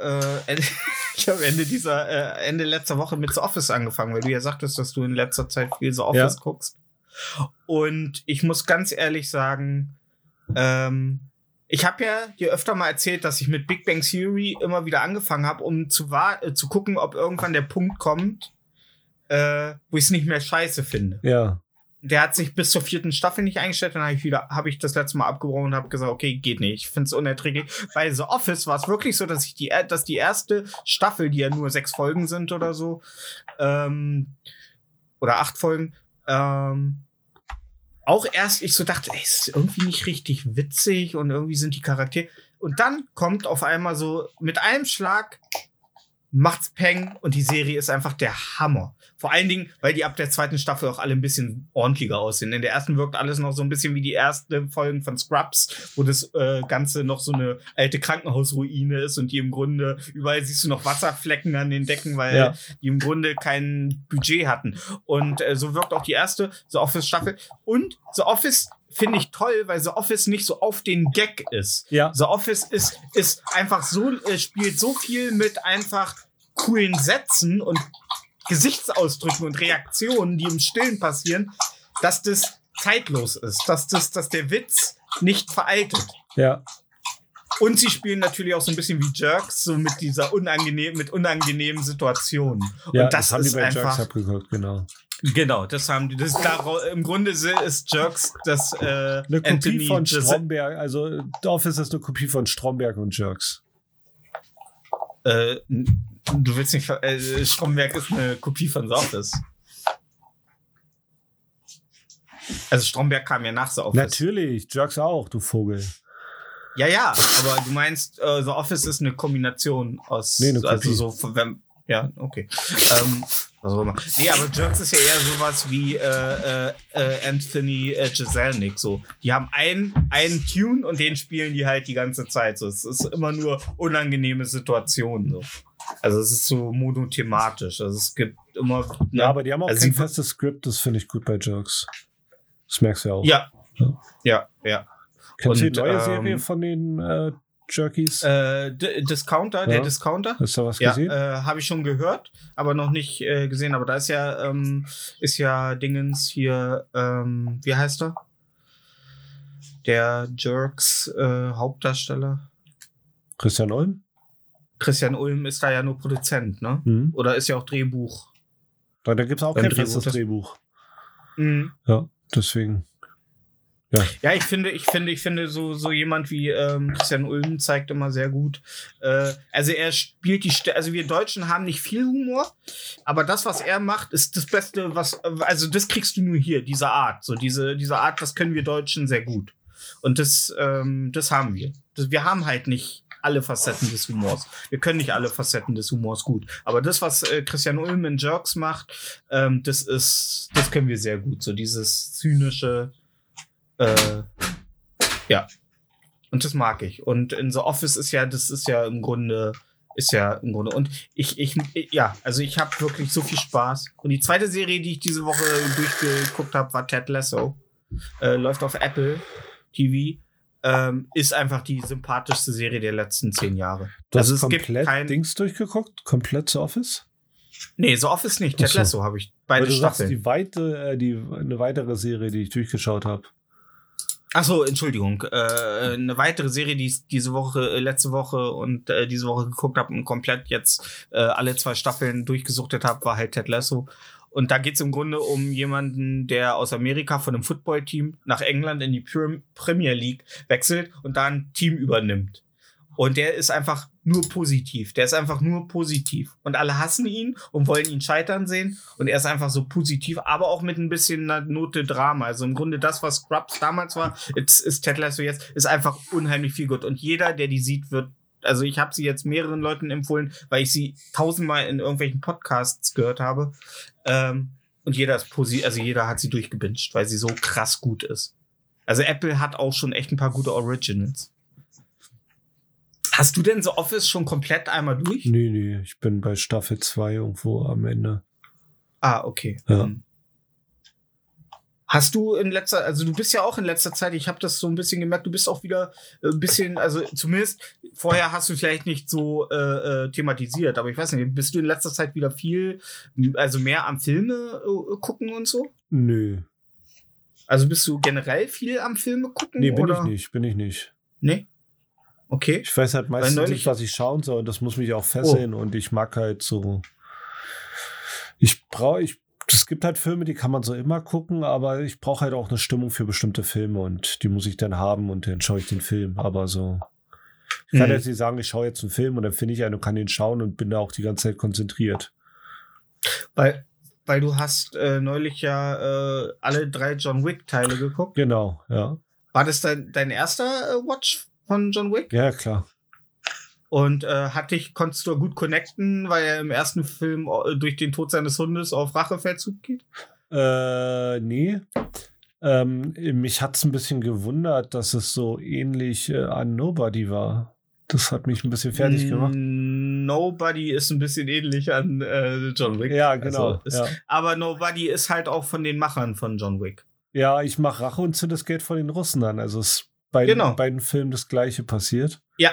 Ende letzter Woche mit The Office angefangen, weil du ja sagtest, dass du in letzter Zeit viel The Office guckst. Und ich muss ganz ehrlich sagen, ich habe ja dir öfter mal erzählt, dass ich mit Big Bang Theory immer wieder angefangen habe, um zu gucken, ob irgendwann der Punkt kommt, wo ich es nicht mehr scheiße finde. Ja. Der hat sich bis zur 4. Staffel nicht eingestellt, dann habe ich das letzte Mal abgebrochen und habe gesagt, okay, geht nicht. Ich finde es unerträglich. Bei The Office war es wirklich so, dass die erste Staffel, die ja nur 6 Folgen sind oder so, oder 8 Folgen, auch erst ich so dachte, ey, ist irgendwie nicht richtig witzig und irgendwie sind die Charaktere. Und dann kommt auf einmal so mit einem Schlag macht's Peng und die Serie ist einfach der Hammer. Vor allen Dingen, weil die ab der 2. Staffel auch alle ein bisschen ordentlicher aussehen. In der ersten wirkt alles noch so ein bisschen wie die ersten Folgen von Scrubs, wo das Ganze noch so eine alte Krankenhausruine ist und die im Grunde, überall siehst du noch Wasserflecken an den Decken, weil die im Grunde kein Budget hatten. Und so wirkt auch die erste The Office Staffel. Und The Office finde ich toll, weil The Office nicht so auf den Gag ist. Ja. The Office ist einfach so, spielt so viel mit einfach coolen Sätzen und Gesichtsausdrücken und Reaktionen, die im Stillen passieren, dass das zeitlos ist, dass der Witz nicht veraltet. Ja. Und sie spielen natürlich auch so ein bisschen wie Jerks, so mit dieser unangenehmen Situationen. Ja, und das haben ist die bei einfach, Jerks abgeguckt, genau. Genau, im Grunde ist Jerks das eine Kopie Anthony von Stromberg, also The Office ist eine Kopie von Stromberg und Jerks. Du willst nicht, Stromberg ist eine Kopie von The Office. Also Stromberg kam ja nach The Office. Natürlich, Jerks auch, du Vogel. Ja, aber du meinst, The Office ist eine Kombination aus, eine Kopie. Also so, ja, okay. Was auch immer. Nee, aber Jerks ist ja eher sowas wie Anthony Jeselnik. So. Die haben einen Tune und den spielen die halt die ganze Zeit. So. Es ist immer nur unangenehme Situationen. So. Also es ist so monothematisch. Also es gibt immer. Ja, aber die haben auch also kein festes Skript, das finde ich gut bei Jerks. Das merkst du ja auch. Ja. Kennst du die neue Serie von den Jerkies? Discounter, der Discounter. Hast du was gesehen? Habe ich schon gehört, aber noch nicht gesehen. Aber da ist ja Dingens hier, wie heißt er? Der Jerks Hauptdarsteller. Christian Ulm? Christian Ulm ist da ja nur Produzent, ne? Mhm. Oder ist ja auch Drehbuch. Da gibt es auch kein festes Drehbuch. Mhm. Ja, deswegen. Ja, ich finde so jemand wie Christian Ulm zeigt immer sehr gut. Also er spielt also wir Deutschen haben nicht viel Humor, aber das, was er macht, ist das Beste, also das kriegst du nur hier, diese Art. So diese Art, das können wir Deutschen sehr gut. Und das haben wir. Wir haben halt nicht alle Facetten des Humors. Wir können nicht alle Facetten des Humors gut. Aber das, was Christian Ulm in Jerks macht, das können wir sehr gut. So dieses zynische, ja. Und das mag ich. Und in The Office ist ja im Grunde. Und ich habe wirklich so viel Spaß. Und die zweite Serie, die ich diese Woche durchgeguckt habe, war Ted Lasso. Läuft auf Apple TV. Ist einfach die sympathischste Serie der letzten 10 Jahre. Du hast es komplett gibt kein Dings durchgeguckt? Komplett The Office? Nee, The Office nicht. Ted Lasso habe ich beide du Staffeln. Sagst, eine weitere Serie, die ich durchgeschaut habe. Achso, Entschuldigung. Eine weitere Serie, die ich letzte Woche und diese Woche geguckt habe und komplett jetzt alle 2 Staffeln durchgesuchtet habe, war halt Ted Lasso. Und da geht es im Grunde um jemanden, der aus Amerika von einem Footballteam nach England in die Premier League wechselt und da ein Team übernimmt. Und der ist einfach nur positiv. Und alle hassen ihn und wollen ihn scheitern sehen. Und er ist einfach so positiv, aber auch mit ein bisschen einer Note Drama. Also im Grunde das, was Scrubs damals war, ist Ted Lasso jetzt, ist einfach unheimlich viel gut. Und jeder, der die sieht, also ich habe sie jetzt mehreren Leuten empfohlen, weil ich sie 1000-mal in irgendwelchen Podcasts gehört habe. Und jeder ist positiv, also jeder hat sie durchgebinged, weil sie so krass gut ist. Also Apple hat auch schon echt ein paar gute Originals. Hast du denn The Office schon komplett einmal durch? Nee, ich bin bei Staffel 2 irgendwo am Ende. Ah, okay. Ja. Hast du du bist ja auch in letzter Zeit, ich habe das so ein bisschen gemerkt, du bist auch wieder ein bisschen, also zumindest vorher hast du vielleicht nicht so thematisiert, aber ich weiß nicht, bist du in letzter Zeit wieder viel, also mehr am Filme gucken und so? Nö. Also bist du generell viel am Filme gucken? Nee, bin ich nicht. Nee? Okay. Ich weiß halt meistens nicht, was ich schauen soll. Das muss mich auch fesseln und ich mag halt so. Es gibt halt Filme, die kann man so immer gucken, aber ich brauche halt auch eine Stimmung für bestimmte Filme und die muss ich dann haben und dann schaue ich den Film. Aber so. Ich kann jetzt nicht sagen, ich schaue jetzt einen Film und dann finde ich einen und kann den schauen und bin da auch die ganze Zeit konzentriert. Weil du hast neulich ja alle 3 John Wick-Teile geguckt. Genau, ja. War das dein erster Watch von John Wick? Ja, klar. Und konntest du gut connecten, weil er im ersten Film durch den Tod seines Hundes auf Rachefeldzug geht? Nee. Mich hat es ein bisschen gewundert, dass es so ähnlich an Nobody war. Das hat mich ein bisschen fertig gemacht. Nobody ist ein bisschen ähnlich an John Wick. Ja, genau. Also aber Nobody ist halt auch von den Machern von John Wick. Ja, ich mache Rache und zünde das Geld von den Russen an. Also es ist bei beiden Filmen das Gleiche passiert. Ja.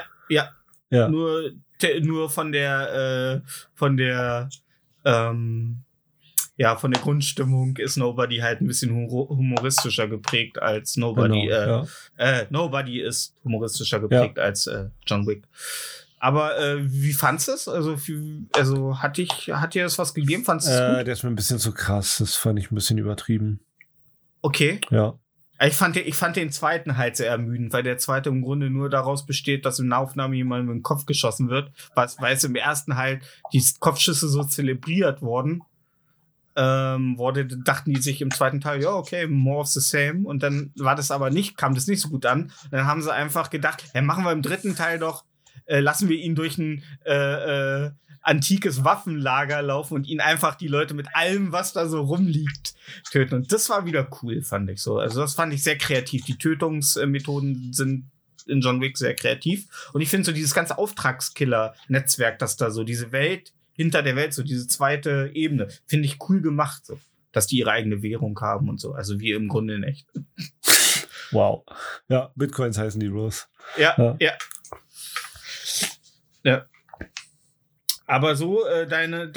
Nur von der Grundstimmung ist Nobody halt ein bisschen humoristischer geprägt als Nobody. Genau, Nobody ist humoristischer geprägt als John Wick. Aber wie fandst du es? Also hat dir das was gegeben? Fandst du es gut? Der ist mir ein bisschen zu krass. Das fand ich ein bisschen übertrieben. Okay. Ja. Ich fand den zweiten halt sehr ermüdend, weil der zweite im Grunde nur daraus besteht, dass in der Aufnahme jemand mit dem Kopf geschossen wird, weil es im ersten halt die Kopfschüsse so zelebriert wurden. Dachten die sich im zweiten Teil, ja, okay, more of the same. Und dann kam das nicht so gut an. Dann haben sie einfach gedacht, machen wir im dritten Teil doch, lassen wir ihn durch ein antikes Waffenlager laufen und ihn einfach die Leute mit allem, was da so rumliegt, töten. Und das war wieder cool, fand ich so. Also das fand ich sehr kreativ. Die Tötungsmethoden sind in John Wick sehr kreativ. Und ich finde so dieses ganze Auftragskiller-Netzwerk, dass da so diese Welt hinter der Welt, so diese zweite Ebene, finde ich cool gemacht, so. Dass die ihre eigene Währung haben und so. Also wie im Grunde in echt. Wow. Ja, Bitcoins heißen die bloß. Ja. Aber so deine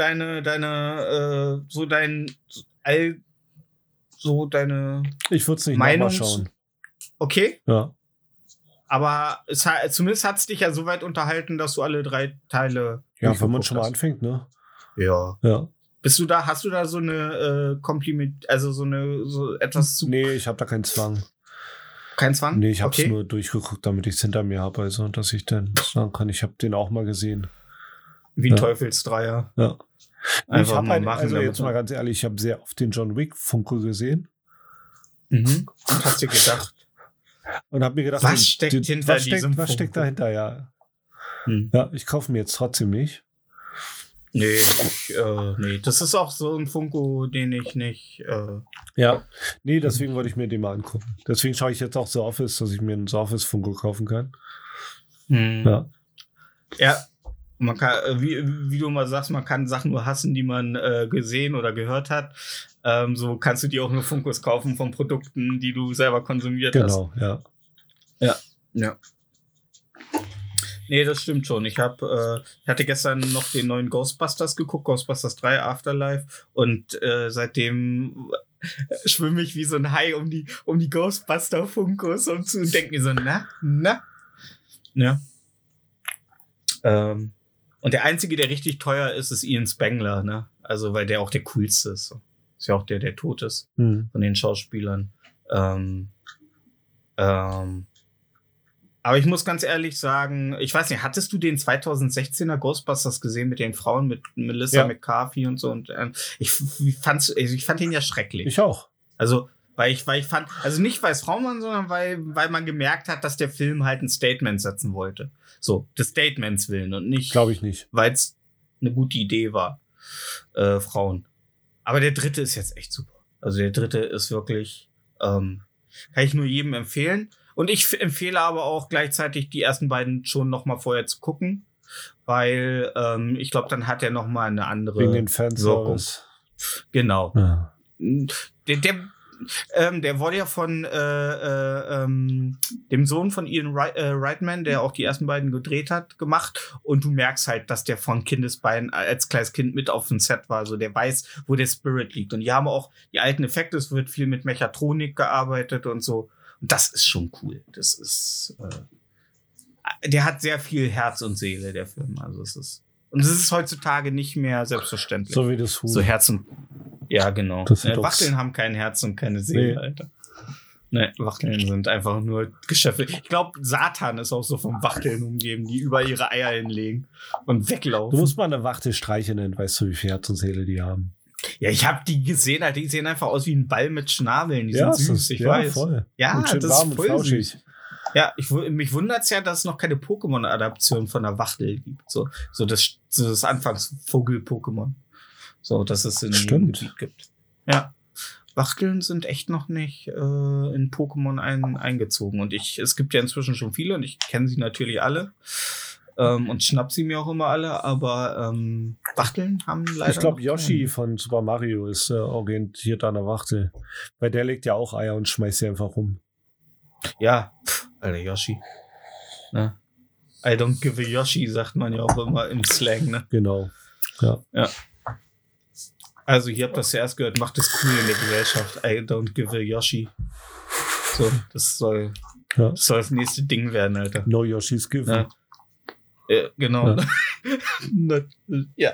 Ich würde es nicht Meinung nochmal schauen. Okay. Ja. Aber zumindest hat es dich ja so weit unterhalten, dass du alle 3 Teile. Ja, wenn man schon mal anfängt, ne? Ja. Ja. Hast du da so eine also so etwas zu. Nee, ich habe da keinen Zwang. Kein Zwang? Nee, ich habe es nur durchgeguckt, damit ich es hinter mir habe, also dass ich dann sagen kann, ich habe den auch mal gesehen. Wie ein Teufelsdreier. Ja. Einfach ich habe mal machen. also jetzt mal ganz ehrlich, ich habe sehr oft den John Wick Funko gesehen. Und hast dir gedacht? Und habe mir gedacht, was steckt hinter diesem Was steckt dahinter, ja. Ja, ich kaufe mir jetzt trotzdem nicht. Nee, das ist auch so ein Funko, den ich nicht. Ja, nee, deswegen wollte ich mir den mal angucken. Deswegen schaue ich jetzt auch The Office, dass ich mir einen The Office Funko kaufen kann. Ja. Ja, man kann, wie du mal sagst, man kann Sachen nur hassen, die man gesehen oder gehört hat. So kannst du dir auch nur Funkos kaufen von Produkten, die du selber konsumiert hast. Genau, ja. Ja. Nee, das stimmt schon. Ich hatte gestern noch den neuen Ghostbusters geguckt, Ghostbusters 3 Afterlife, und seitdem schwimme ich wie so ein Hai um die Ghostbuster-Funkos und denke mir so, na? Ja. Und der einzige, der richtig teuer ist, ist Ian Spengler, ne? Also, weil der auch der coolste ist. Ist ja auch der tot ist von den Schauspielern. Aber ich muss ganz ehrlich sagen, ich weiß nicht, hattest du den 2016er Ghostbusters gesehen mit den Frauen, mit Melissa McCarthy und so? Und ich fand den ja schrecklich. Ich auch. Also, weil ich fand, also nicht weil es Frauen waren, sondern weil man gemerkt hat, dass der Film halt ein Statement setzen wollte. So, des Statements willen und nicht. Glaube ich nicht. Weil es eine gute Idee war, Frauen. Aber der dritte ist jetzt echt super. Also der dritte ist wirklich, kann ich nur jedem empfehlen. Und ich empfehle aber auch gleichzeitig die ersten beiden schon noch mal vorher zu gucken, weil ich glaube, dann hat er noch mal eine andere Wegen den Fanservice. Genau. Ja. Der wurde ja von dem Sohn von Ian Reitman, der auch die ersten beiden gedreht hat, gemacht. Und du merkst halt, dass der von Kindesbeinen als kleines Kind mit auf dem Set war. Also der weiß, wo der Spirit liegt. Und die haben auch die alten Effekte. Es wird viel mit Mechatronik gearbeitet und so. Und das ist schon cool. Das ist, der hat sehr viel Herz und Seele, der Film. Also es ist heutzutage nicht mehr selbstverständlich. So wie das Huhn. So Herz und, ja, genau. Wachteln haben kein Herz und keine Seele, Alter. Ne, Wachteln sind einfach nur Geschöpfe. Ich glaube, Satan ist auch so vom Wachteln umgeben, die über ihre Eier hinlegen und weglaufen. Du musst mal eine Wachtel streicheln, weißt du, wie viel Herz und Seele die haben. Ja, ich habe die gesehen, Alter. Die sehen einfach aus wie ein Ball mit Schnabeln. Die sind süß, ich weiß. Voll. Ja, und schön das warm ist voll und flauschig. Süß. Ja, mich wundert es ja, dass es noch keine Pokémon-Adaption von der Wachtel gibt. So das Anfangsvogel-Pokémon. So, dass es in jedem Gebiet gibt. Ja. Wachteln sind echt noch nicht in Pokémon eingezogen. Und es gibt ja inzwischen schon viele und ich kenne sie natürlich alle. Und schnapp sie mir auch immer alle, aber Wachteln haben leider. Ich glaube, Yoshi von Super Mario ist orientiert an der Wachtel. Weil der legt ja auch Eier und schmeißt sie einfach rum. Ja, Alter, Yoshi. Ne? I don't give a Yoshi, sagt man ja auch immer im Slang, ne? Genau. Ja. Also, ihr habt das ja erst gehört, macht es cool in der Gesellschaft. I don't give a Yoshi. So, das soll das nächste Ding werden, Alter. No Yoshi's given. Ja. Genau. Ja.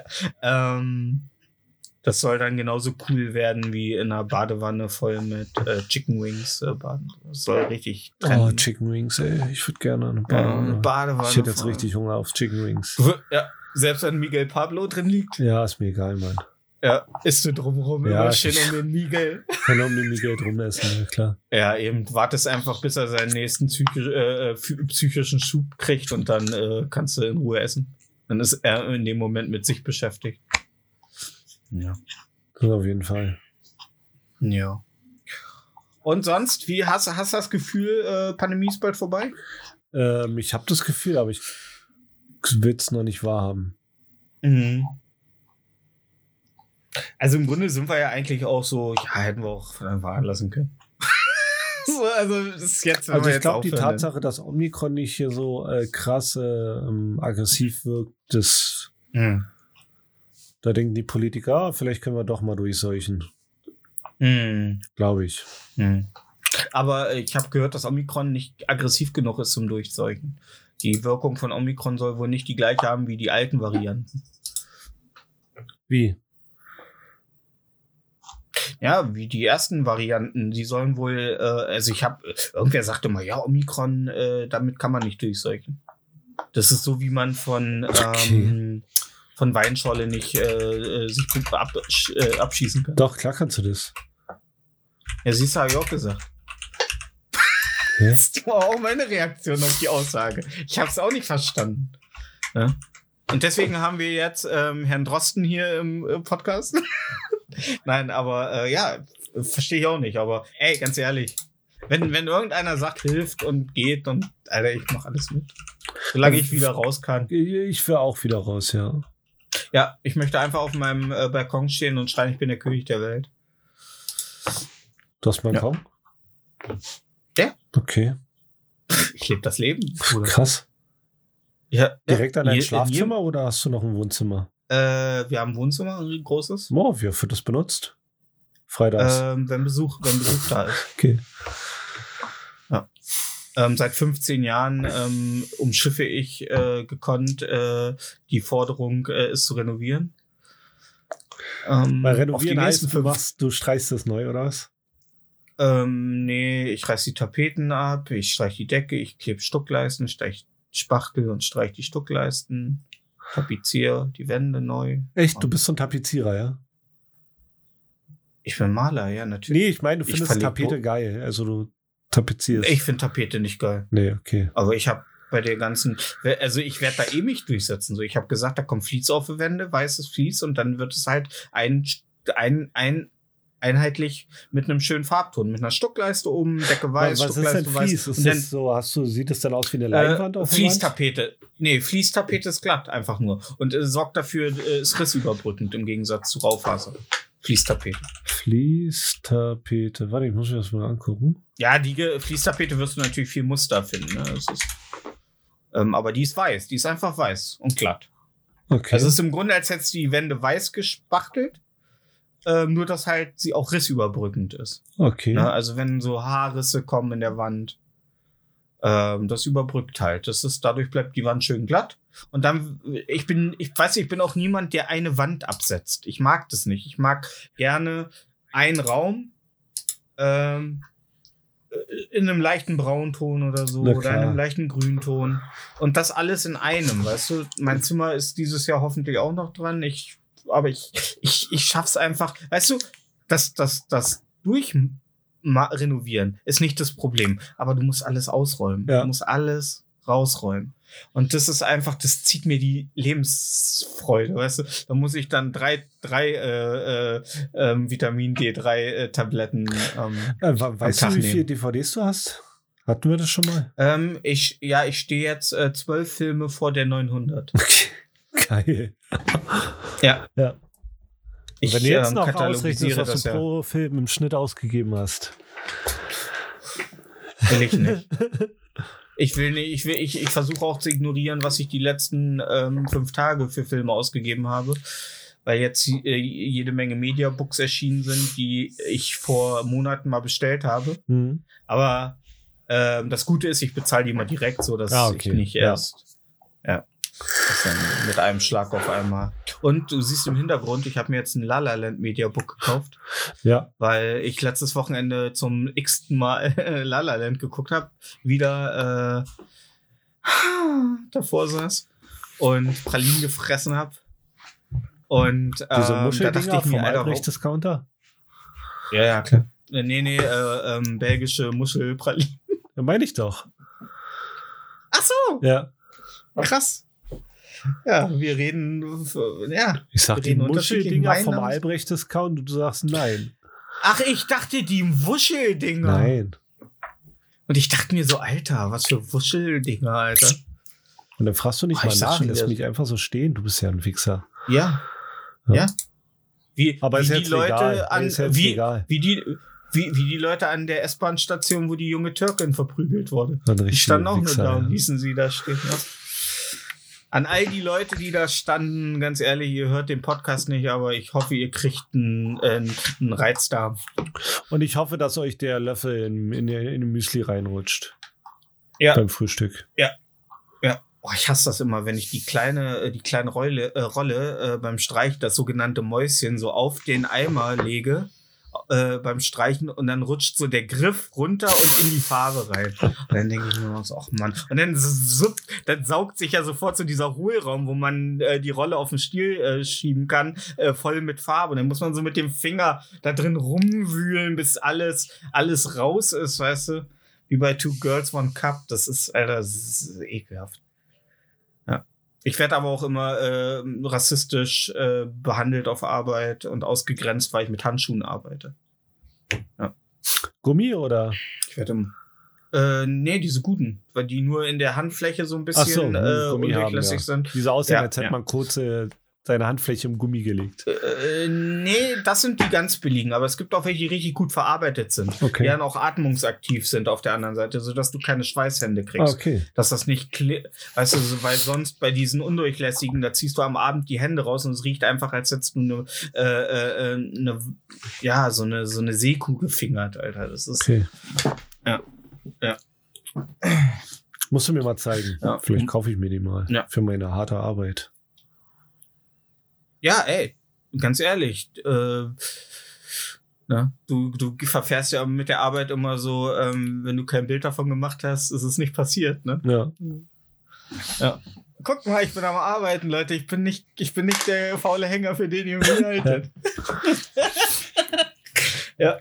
Das soll dann genauso cool werden wie in einer Badewanne voll mit Chicken Wings baden. Das soll richtig trennen. Oh, Chicken Wings, ey. Ich würde gerne eine Badewanne. Ich hätte jetzt richtig Hunger auf Chicken Wings. Ja, selbst wenn Miguel Pablo drin liegt. Ja, ist mir egal, Mann. Ja, isst du drumherum immer schön um den Miguel. Kann um den Miguel drum essen, ja klar. Ja, eben, wartest einfach, bis er seinen nächsten psychischen Schub kriegt und dann kannst du in Ruhe essen. Dann ist er in dem Moment mit sich beschäftigt. Ja. Das auf jeden Fall. Ja. Und sonst, wie hast du das Gefühl, Pandemie ist bald vorbei? Ich habe das Gefühl, aber ich will es noch nicht wahrhaben. Mhm. Also im Grunde sind wir ja eigentlich auch so, ja, hätten wir auch wahren lassen können. So, also das ist jetzt, also ich glaube, die Tatsache, dass Omikron nicht hier so krass aggressiv wirkt, das da denken die Politiker, vielleicht können wir doch mal durchseuchen. Glaube ich. Aber ich habe gehört, dass Omikron nicht aggressiv genug ist zum Durchseuchen. Die Wirkung von Omikron soll wohl nicht die gleiche haben wie die alten Varianten. Wie? Ja, wie die ersten Varianten. Die sollen wohl, also irgendwer sagte mal, ja, Omikron, damit kann man nicht durchseuchen. Das ist so, wie man von Weinschorle nicht sich abschießen kann. Doch, klar kannst du das. Ja, siehst du, habe ich auch gesagt. Hä? Das war auch meine Reaktion auf die Aussage. Ich habe es auch nicht verstanden. Ja? Und deswegen haben wir jetzt Herrn Drosten hier im Podcast. Nein, aber ja, verstehe ich auch nicht. Aber ey, ganz ehrlich, wenn irgendeiner sagt, hilft und geht, dann, Alter, ich mache alles mit. Solange ich wieder raus kann. Ich will auch wieder raus, ja. Ja, ich möchte einfach auf meinem Balkon stehen und schreien, ich bin der König der Welt. Du hast Balkon? Ja. Okay. Ich lebe das Leben. Bruder. Krass. Ja, direkt an dein Schlafzimmer oder hast du noch ein Wohnzimmer? Wir haben ein Wohnzimmer, ein großes. Oh, wie wird das benutzt? Freitags. Wenn Besuch da ist. Okay. Ja. Seit 15 Jahren umschiffe ich gekonnt die Forderung, es zu renovieren. Weil renovieren heißt, du streichst das neu, oder was? Nee, ich reiß die Tapeten ab, ich streich die Decke, ich klebe Stuckleisten, streich Spachtel und streich die Stuckleisten, tapeziere die Wände neu. Echt? Du bist so ein Tapezierer, ja? Ich bin Maler, ja, natürlich. Nee, ich meine, du findest Tapete geil, also du tapezierst. Ich finde Tapete nicht geil. Nee, okay. Aber ich habe bei der ganzen, also ich werde da mich durchsetzen. So, ich habe gesagt, da kommt Vlies auf die Wände, weißes Vlies und dann wird es halt einheitlich mit einem schönen Farbton, mit einer Stuckleiste oben, Decke weiß, was Stuckleiste ist denn Vlies? weiß. Ist das so, sieht es dann aus wie eine Leinwand auf der Wand? Fließtapete. Nee, Fließtapete ist glatt, einfach nur. Und sorgt dafür, ist rissüberbrückend im Gegensatz zu Raufaser. Fließtapete. Fließtapete. Warte, ich muss mir das mal angucken. Ja, die Fließtapete wirst du natürlich viel Muster finden. Ne? Das ist, aber die ist weiß. Die ist einfach weiß und glatt. Okay. Also es ist im Grunde, als hättest du die Wände weiß gespachtelt. Nur, dass halt sie auch rissüberbrückend ist. Okay. Ne? Also wenn so Haarrisse kommen in der Wand, das überbrückt halt. Dadurch bleibt die Wand schön glatt. Und dann, ich bin auch niemand, der eine Wand absetzt. Ich mag das nicht. Ich mag gerne einen Raum in einem leichten Braunton oder so oder in einem leichten Grünton. Und das alles in einem, weißt du? Mein Zimmer ist dieses Jahr hoffentlich auch noch dran. Aber ich schaff's einfach. Weißt du, das renovieren ist nicht das Problem. Aber du musst alles ausräumen. Ja. Du musst alles rausräumen. Und das ist einfach, das zieht mir die Lebensfreude, weißt du? Da muss ich dann drei Vitamin D3 Tabletten weißt du, wie viele DVDs du hast? Hatten wir das schon mal? Ich stehe jetzt 12 Filme vor der 900. Okay. Geil. Ja. Wenn du jetzt noch ausrechnest, was du pro Film im Schnitt ausgegeben hast. Will ich nicht. Ich versuche auch zu ignorieren, was ich die letzten 5 Tage für Filme ausgegeben habe. Weil jetzt jede Menge Mediabooks erschienen sind, die ich vor Monaten mal bestellt habe. Mhm. Aber das Gute ist, ich bezahle die mal direkt, so dass ich nicht erst... Ja. Das dann mit einem Schlag auf einmal. Und du siehst im Hintergrund, ich habe mir jetzt ein La La Land Mediabook gekauft. Ja. Weil ich letztes Wochenende zum x-ten Mal La La Land geguckt habe. Wieder davor saß und Pralinen gefressen habe. Und diese Muscheldinger vom Albrecht-Discounter? Ja, klar. Nee, belgische Muschelpralinen. Ja, meine ich doch. Ach so! Ja. Krass. Ja, wir reden, ich sag die Muscheldinger vom Albrecht-Discount und du sagst nein. Ach, ich dachte die Wuscheldinger. Nein. Und ich dachte mir so, Alter, was für Wuscheldinger, Alter. Und dann fragst du nicht mal nach, lässt mich einfach so stehen. Du bist ja ein Wichser. Ja. Aber ist die jetzt Leute legal. an, Ist jetzt legal. wie die Leute an der S-Bahn-Station, wo die junge Türkin verprügelt wurde. Die standen auch Wichser, nur da und ließen sie da stehen. Ja. An all die Leute, die da standen, ganz ehrlich, ihr hört den Podcast nicht, aber ich hoffe, ihr kriegt einen Reizdarm. Und ich hoffe, dass euch der Löffel in den Müsli reinrutscht. Ja. Beim Frühstück. Ja. Oh, ich hasse das immer, wenn ich die kleine Rolle beim Streichen, das sogenannte Mäuschen, so auf den Eimer lege beim Streichen und dann rutscht so der Griff runter und in die Farbe rein. Und dann denke ich mir so, ach Mann. Und dann saugt sich ja sofort so dieser Hohlraum, wo man die Rolle auf den Stiel schieben kann, voll mit Farbe. Und dann muss man so mit dem Finger da drin rumwühlen, bis alles raus ist, weißt du? Wie bei Two Girls, One Cup. Das ist ekelhaft. Ja. Ich werde aber auch immer rassistisch behandelt auf Arbeit und ausgegrenzt, weil ich mit Handschuhen arbeite. Ja. Gummi oder? Ich werde nee, diese guten, weil die nur in der Handfläche so ein bisschen undurchlässig sind. Die so aussehen, als hätte man kurz seine Handfläche im Gummi gelegt. Nee, das sind die ganz billigen, aber es gibt auch welche, die richtig gut verarbeitet sind, die dann auch atmungsaktiv sind auf der anderen Seite, sodass du keine Schweißhände kriegst. Okay. Dass das nicht, weißt du, weil sonst bei diesen undurchlässigen, da ziehst du am Abend die Hände raus und es riecht einfach, als hättest du so eine Seekuh gefingert, Alter. Das ist. Okay. Ja. Musst du mir mal zeigen. Ja. Vielleicht kaufe ich mir die mal für meine harte Arbeit. Ja, ey, ganz ehrlich, du verfährst ja mit der Arbeit immer so, wenn du kein Bild davon gemacht hast, ist es nicht passiert, ne? Ja. Guck mal, ich bin am Arbeiten, Leute, ich bin nicht der faule Hänger, für den ihr mich haltet. Ja.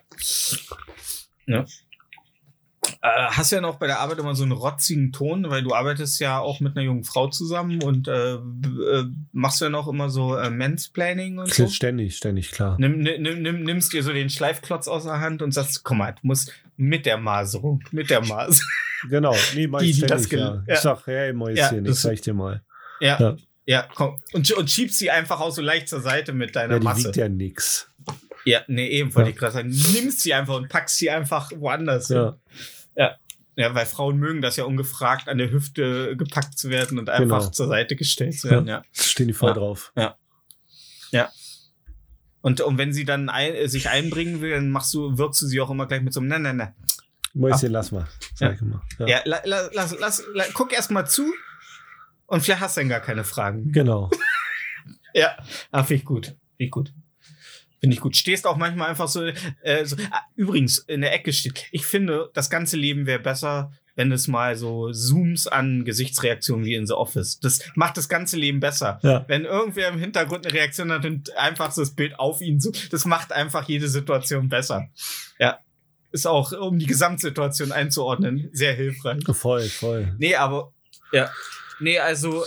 Hast du ja noch bei der Arbeit immer so einen rotzigen Ton, weil du arbeitest ja auch mit einer jungen Frau zusammen und machst du ja noch immer so Mansplaining und so? Ständig, klar. Nimmst dir so den Schleifklotz aus der Hand und sagst, komm mal, du musst mit der Maserung. Genau, nee, mach ich ständig, ja. Ich sag, hey Mäuschen, ich zeig dir mal. Ja, komm. Und schiebst sie einfach auch so leicht zur Seite mit deiner die Masse. wiegt ja nix. Ja, nee, eben, wollte ich gerade sagen. Nimmst sie einfach und packst sie einfach woanders hin. Ja, weil Frauen mögen das ja ungefragt, an der Hüfte gepackt zu werden und einfach zur Seite gestellt zu werden. Ja. Stehen die voll drauf. Ja. Und wenn sie dann sich einbringen will, dann wirkst du sie auch immer gleich mit so einem Nein. Mäuschen, lass mal. Sag mal. Ja, guck erst mal zu und vielleicht hast du dann gar keine Fragen. Genau. Ja, finde ich gut. Finde ich gut. Stehst auch manchmal einfach so, übrigens, in der Ecke steht. Ich finde, das ganze Leben wäre besser, wenn es mal so Zooms an Gesichtsreaktionen wie in The Office. Das macht das ganze Leben besser. Ja. Wenn irgendwer im Hintergrund eine Reaktion hat und einfach so das Bild auf ihn so, das macht einfach jede Situation besser. Ja. Ist auch, um die Gesamtsituation einzuordnen, sehr hilfreich. Voll. Nee, aber, ja. Nee, also,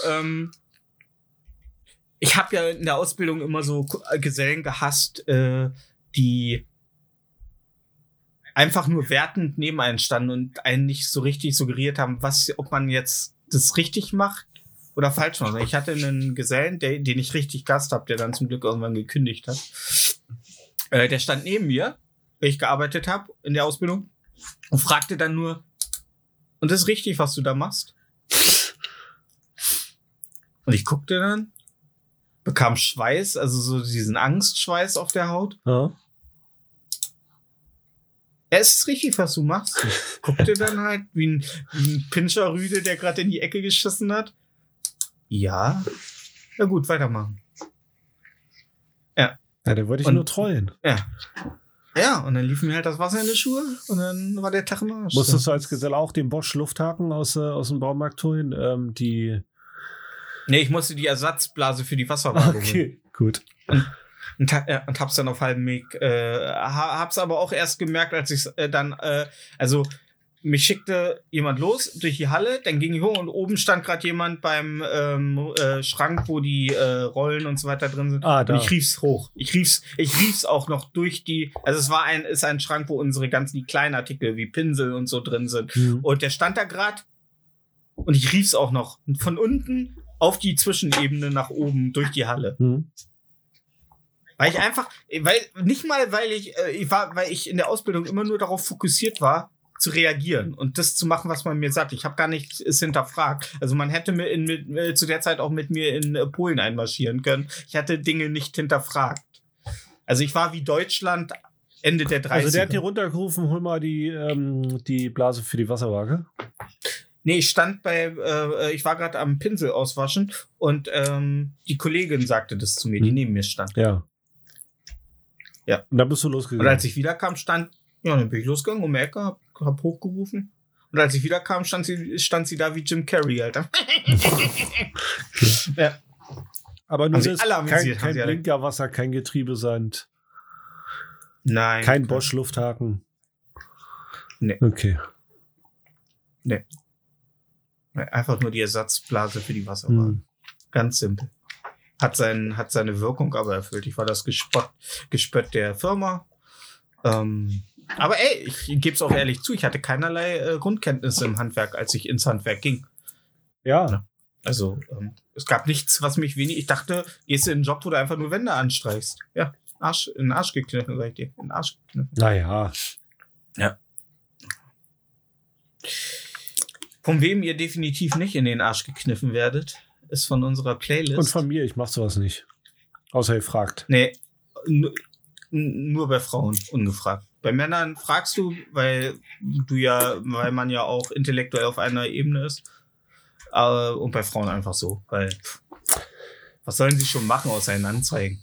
ich habe ja in der Ausbildung immer so Gesellen gehasst, die einfach nur wertend neben einen standen und einen nicht so richtig suggeriert haben, ob man jetzt das richtig macht oder falsch macht. Ich hatte einen Gesellen, den ich richtig gehasst habe, der dann zum Glück irgendwann gekündigt hat. Der stand neben mir, wenn ich gearbeitet habe in der Ausbildung und fragte dann nur, und das ist richtig, was du da machst? Und ich guckte dann, bekam Schweiß, also so diesen Angstschweiß auf der Haut. Ja. Es ist richtig, was du machst. Guckte dann halt wie ein Pinscherrüde, der gerade in die Ecke geschissen hat. Ja. Na gut, weitermachen. Ja. Ja, der wollte ich nur trollen. Ja. Ja, und dann lief mir halt das Wasser in die Schuhe und dann war der Tag im Arsch. Musstest du als Geselle auch den Bosch Lufthaken aus dem Baumarkt holen? Nee, ich musste die Ersatzblase für die Wasserwaage holen. Okay, gut. Und hab's dann auf halbem Weg, hab's aber auch erst gemerkt, als ich's dann, also mich schickte jemand los durch die Halle, dann ging ich hoch und oben stand gerade jemand beim Schrank, wo die Rollen und so weiter drin sind. Da. Und ich rief's hoch. Ich rief's auch noch durch die, also ist ein Schrank, wo unsere ganzen die kleinen Artikel wie Pinsel und so drin sind. Und der stand da gerade und ich rief's auch noch von unten auf die Zwischenebene nach oben durch die Halle. Weil ich in der Ausbildung immer nur darauf fokussiert war, zu reagieren und das zu machen, was man mir sagt. Ich habe gar nicht es hinterfragt. Also man hätte zu der Zeit auch mit mir in Polen einmarschieren können. Ich hatte Dinge nicht hinterfragt. Also ich war wie Deutschland Ende der 30er. Also der hat dir runtergerufen, hol mal die Blase für die Wasserwaage. Nee, ich stand ich war gerade am Pinsel auswaschen und die Kollegin sagte das zu mir, die neben mir stand. Ja. Und dann bist du losgegangen. Und als ich wiederkam, dann bin ich losgegangen, um die Ecke, hab hochgerufen. Und als ich wiederkam, stand sie da wie Jim Carrey, Alter. Ja. Aber nur das kein Blinkerwasser, kein Getriebesand. Nein. Kein Bosch-Lufthaken. Nee. Okay. Nee. Einfach nur die Ersatzblase für die Wasserwaage. Ganz simpel. Hat seine Wirkung aber erfüllt. Ich war das Gespött der Firma. Aber ich gebe es auch ehrlich zu, ich hatte keinerlei Grundkenntnisse im Handwerk, als ich ins Handwerk ging. Ja. Also es gab nichts, was mich wenig... Ich dachte, gehst du in einen Job, wo du einfach nur Wände anstreichst. Ja, in den Arsch gekniffen, sag ich dir. In den Arsch gekniffen. Naja. Ja. Von wem ihr definitiv nicht in den Arsch gekniffen werdet, ist von unserer Playlist. Und von mir, ich mach sowas nicht. Außer ihr fragt. Nee, nur bei Frauen, ungefragt. Bei Männern fragst du, weil man ja auch intellektuell auf einer Ebene ist. Und bei Frauen einfach so, weil was sollen sie schon machen, außer einen anzeigen?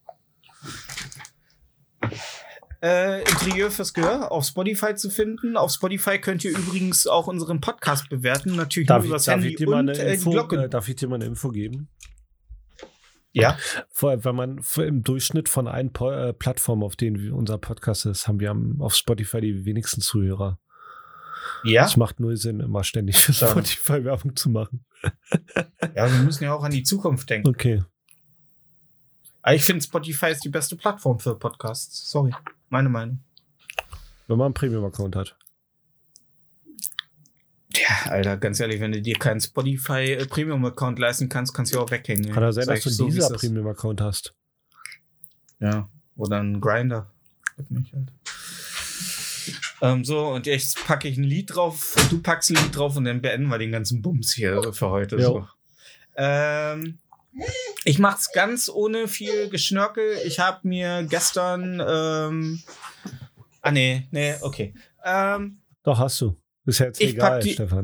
Interieur fürs Gehör auf Spotify zu finden. Auf Spotify könnt ihr übrigens auch unseren Podcast bewerten. Natürlich nur übers Handy und die Glocke. Darf ich dir mal eine Info geben? Ja. Wenn man im Durchschnitt von allen Plattformen, auf denen unser Podcast ist, haben wir auf Spotify die wenigsten Zuhörer. Ja. Es macht null Sinn, immer ständig für Spotify Werbung zu machen. Ja, wir müssen ja auch an die Zukunft denken. Okay. Aber ich finde, Spotify ist die beste Plattform für Podcasts. Sorry, meine Meinung. Wenn man einen Premium-Account hat. Ja, Alter, ganz ehrlich, wenn du dir keinen Spotify Premium-Account leisten kannst, kannst du auch weghängen. Kann ja sein, dass du dieser Premium-Account hast. Ja, oder einen Grinder. So, und jetzt packe ich ein Lied drauf, du packst ein Lied drauf und dann beenden wir den ganzen Bums hier für heute. So. Ich mach's ganz ohne viel Geschnörkel. Ich habe mir gestern okay. Doch, hast du. Ist ja jetzt egal, Stefan.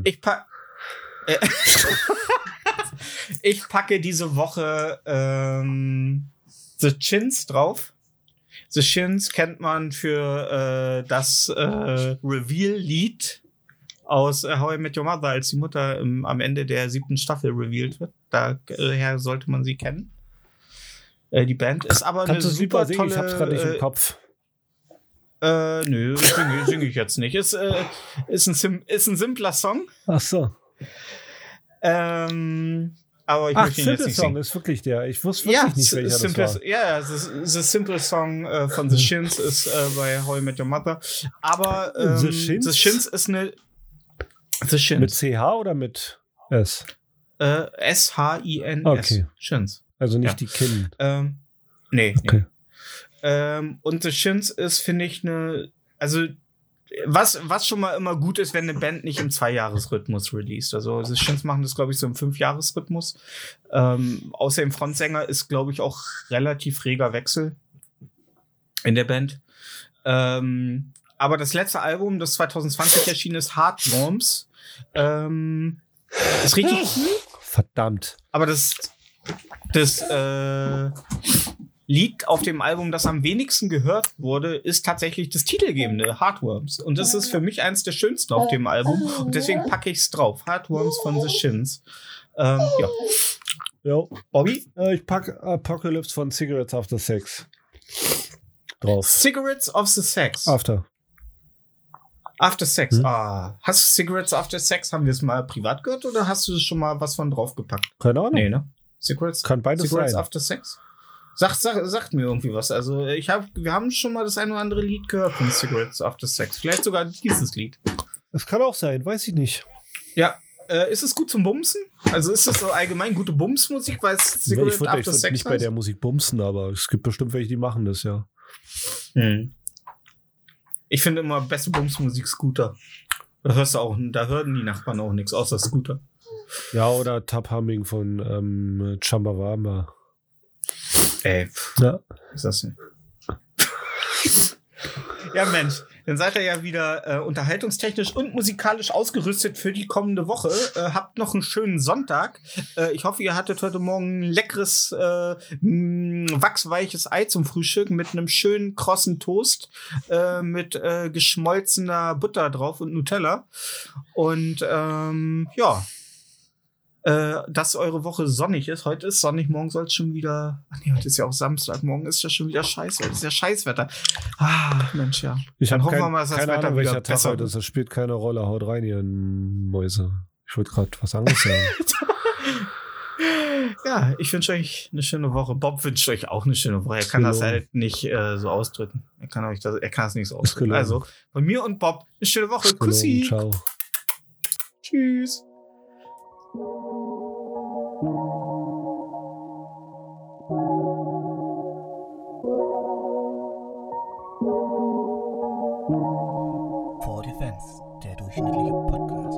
Ich packe diese Woche The Chins drauf. The Chins kennt man für das Reveal-Lied aus How I Met Your Mother, als die Mutter am Ende der 7. Staffel revealed wird. Daher sollte man sie kennen. Die Band ist aber eine super tolle... Ich hab's gerade nicht im Kopf. Nö, singe ich jetzt nicht. Ist ein simpler Song. Ach so. Aber ich möchte ihn jetzt nicht singen. Ist wirklich der. Ich wusste wirklich nicht, welcher das war. Ja, The Simple Song von The Shins ist bei How I Met Your Mother. Aber The Shins ist eine... The Shins. Mit CH oder mit S? S-H-I-N-S. Okay. Shins. Also nicht die Kinn. Nee. Okay. Und The Shins ist, finde ich, also was schon mal immer gut ist, wenn eine Band nicht im 2-Jahres-Rhythmus released. Also The Shins machen das, glaube ich, so im 5-Jahres-Rhythmus. Außer dem Frontsänger ist, glaube ich, auch relativ reger Wechsel in der Band. Aber das letzte Album, das 2020 erschienen ist, Heartworms, ist richtig cool. Verdammt. Aber das Lied auf dem Album, das am wenigsten gehört wurde, ist tatsächlich das titelgebende, Heartworms. Und das ist für mich eins der schönsten auf dem Album. Und deswegen packe ich es drauf. Heartworms von The Shins. Ja. Jo. Bobby? Ich packe Apocalypse von Cigarettes After Sex drauf. Cigarettes of the Sex. After. After Sex. Hast du Cigarettes After Sex? Haben wir es mal privat gehört oder hast du schon mal was von draufgepackt? Keine Ahnung. Nee, ne? Cigarettes? Kann beides Cigarettes sein. After Sex? Sagt mir irgendwie was. Also wir haben schon mal das ein oder andere Lied gehört von Cigarettes After Sex. Vielleicht sogar dieses Lied. Das kann auch sein, weiß ich nicht. Ja. Ist es gut zum Bumsen? Also ist das so allgemein gute Bumsmusik, weil es Cigarettes After Sex Ich würde nicht bei der Musik bumsen, aber es gibt bestimmt welche, die machen das, ja. Ich finde immer beste Bumsmusik Scooter. Da hören die Nachbarn auch nichts, außer Scooter. Ja, oder Tap Humming von Chumbawamba. Ey, ja. Ist das denn? Ja, Mensch, dann seid ihr ja wieder unterhaltungstechnisch und musikalisch ausgerüstet für die kommende Woche. Habt noch einen schönen Sonntag. Ich hoffe, ihr hattet heute Morgen ein leckeres, wachsweiches Ei zum Frühstück mit einem schönen krossen Toast mit geschmolzener Butter drauf und Nutella. Und dass eure Woche sonnig ist. Heute ist sonnig, morgen soll es schon wieder. Ach nee, heute ist ja auch Samstag, morgen ist ja schon wieder scheiße. Heute ist ja Scheißwetter. Mensch, ja. Ich habe hoffen wir mal, dass das keine Wetter Ahnung, wieder welcher Tag besser heute ist. Das spielt keine Rolle. Haut rein, ihr Mäuse. Ich wollte gerade was anderes sagen. Ja, ich wünsche euch eine schöne Woche. Bob wünscht euch auch eine schöne Woche. Er kann das halt nicht so ausdrücken. Er kann es nicht so ausdrücken. Also, von mir und Bob eine schöne Woche. Kussi. Ciao. Tschüss. For Defense, der durchschnittliche Podcast.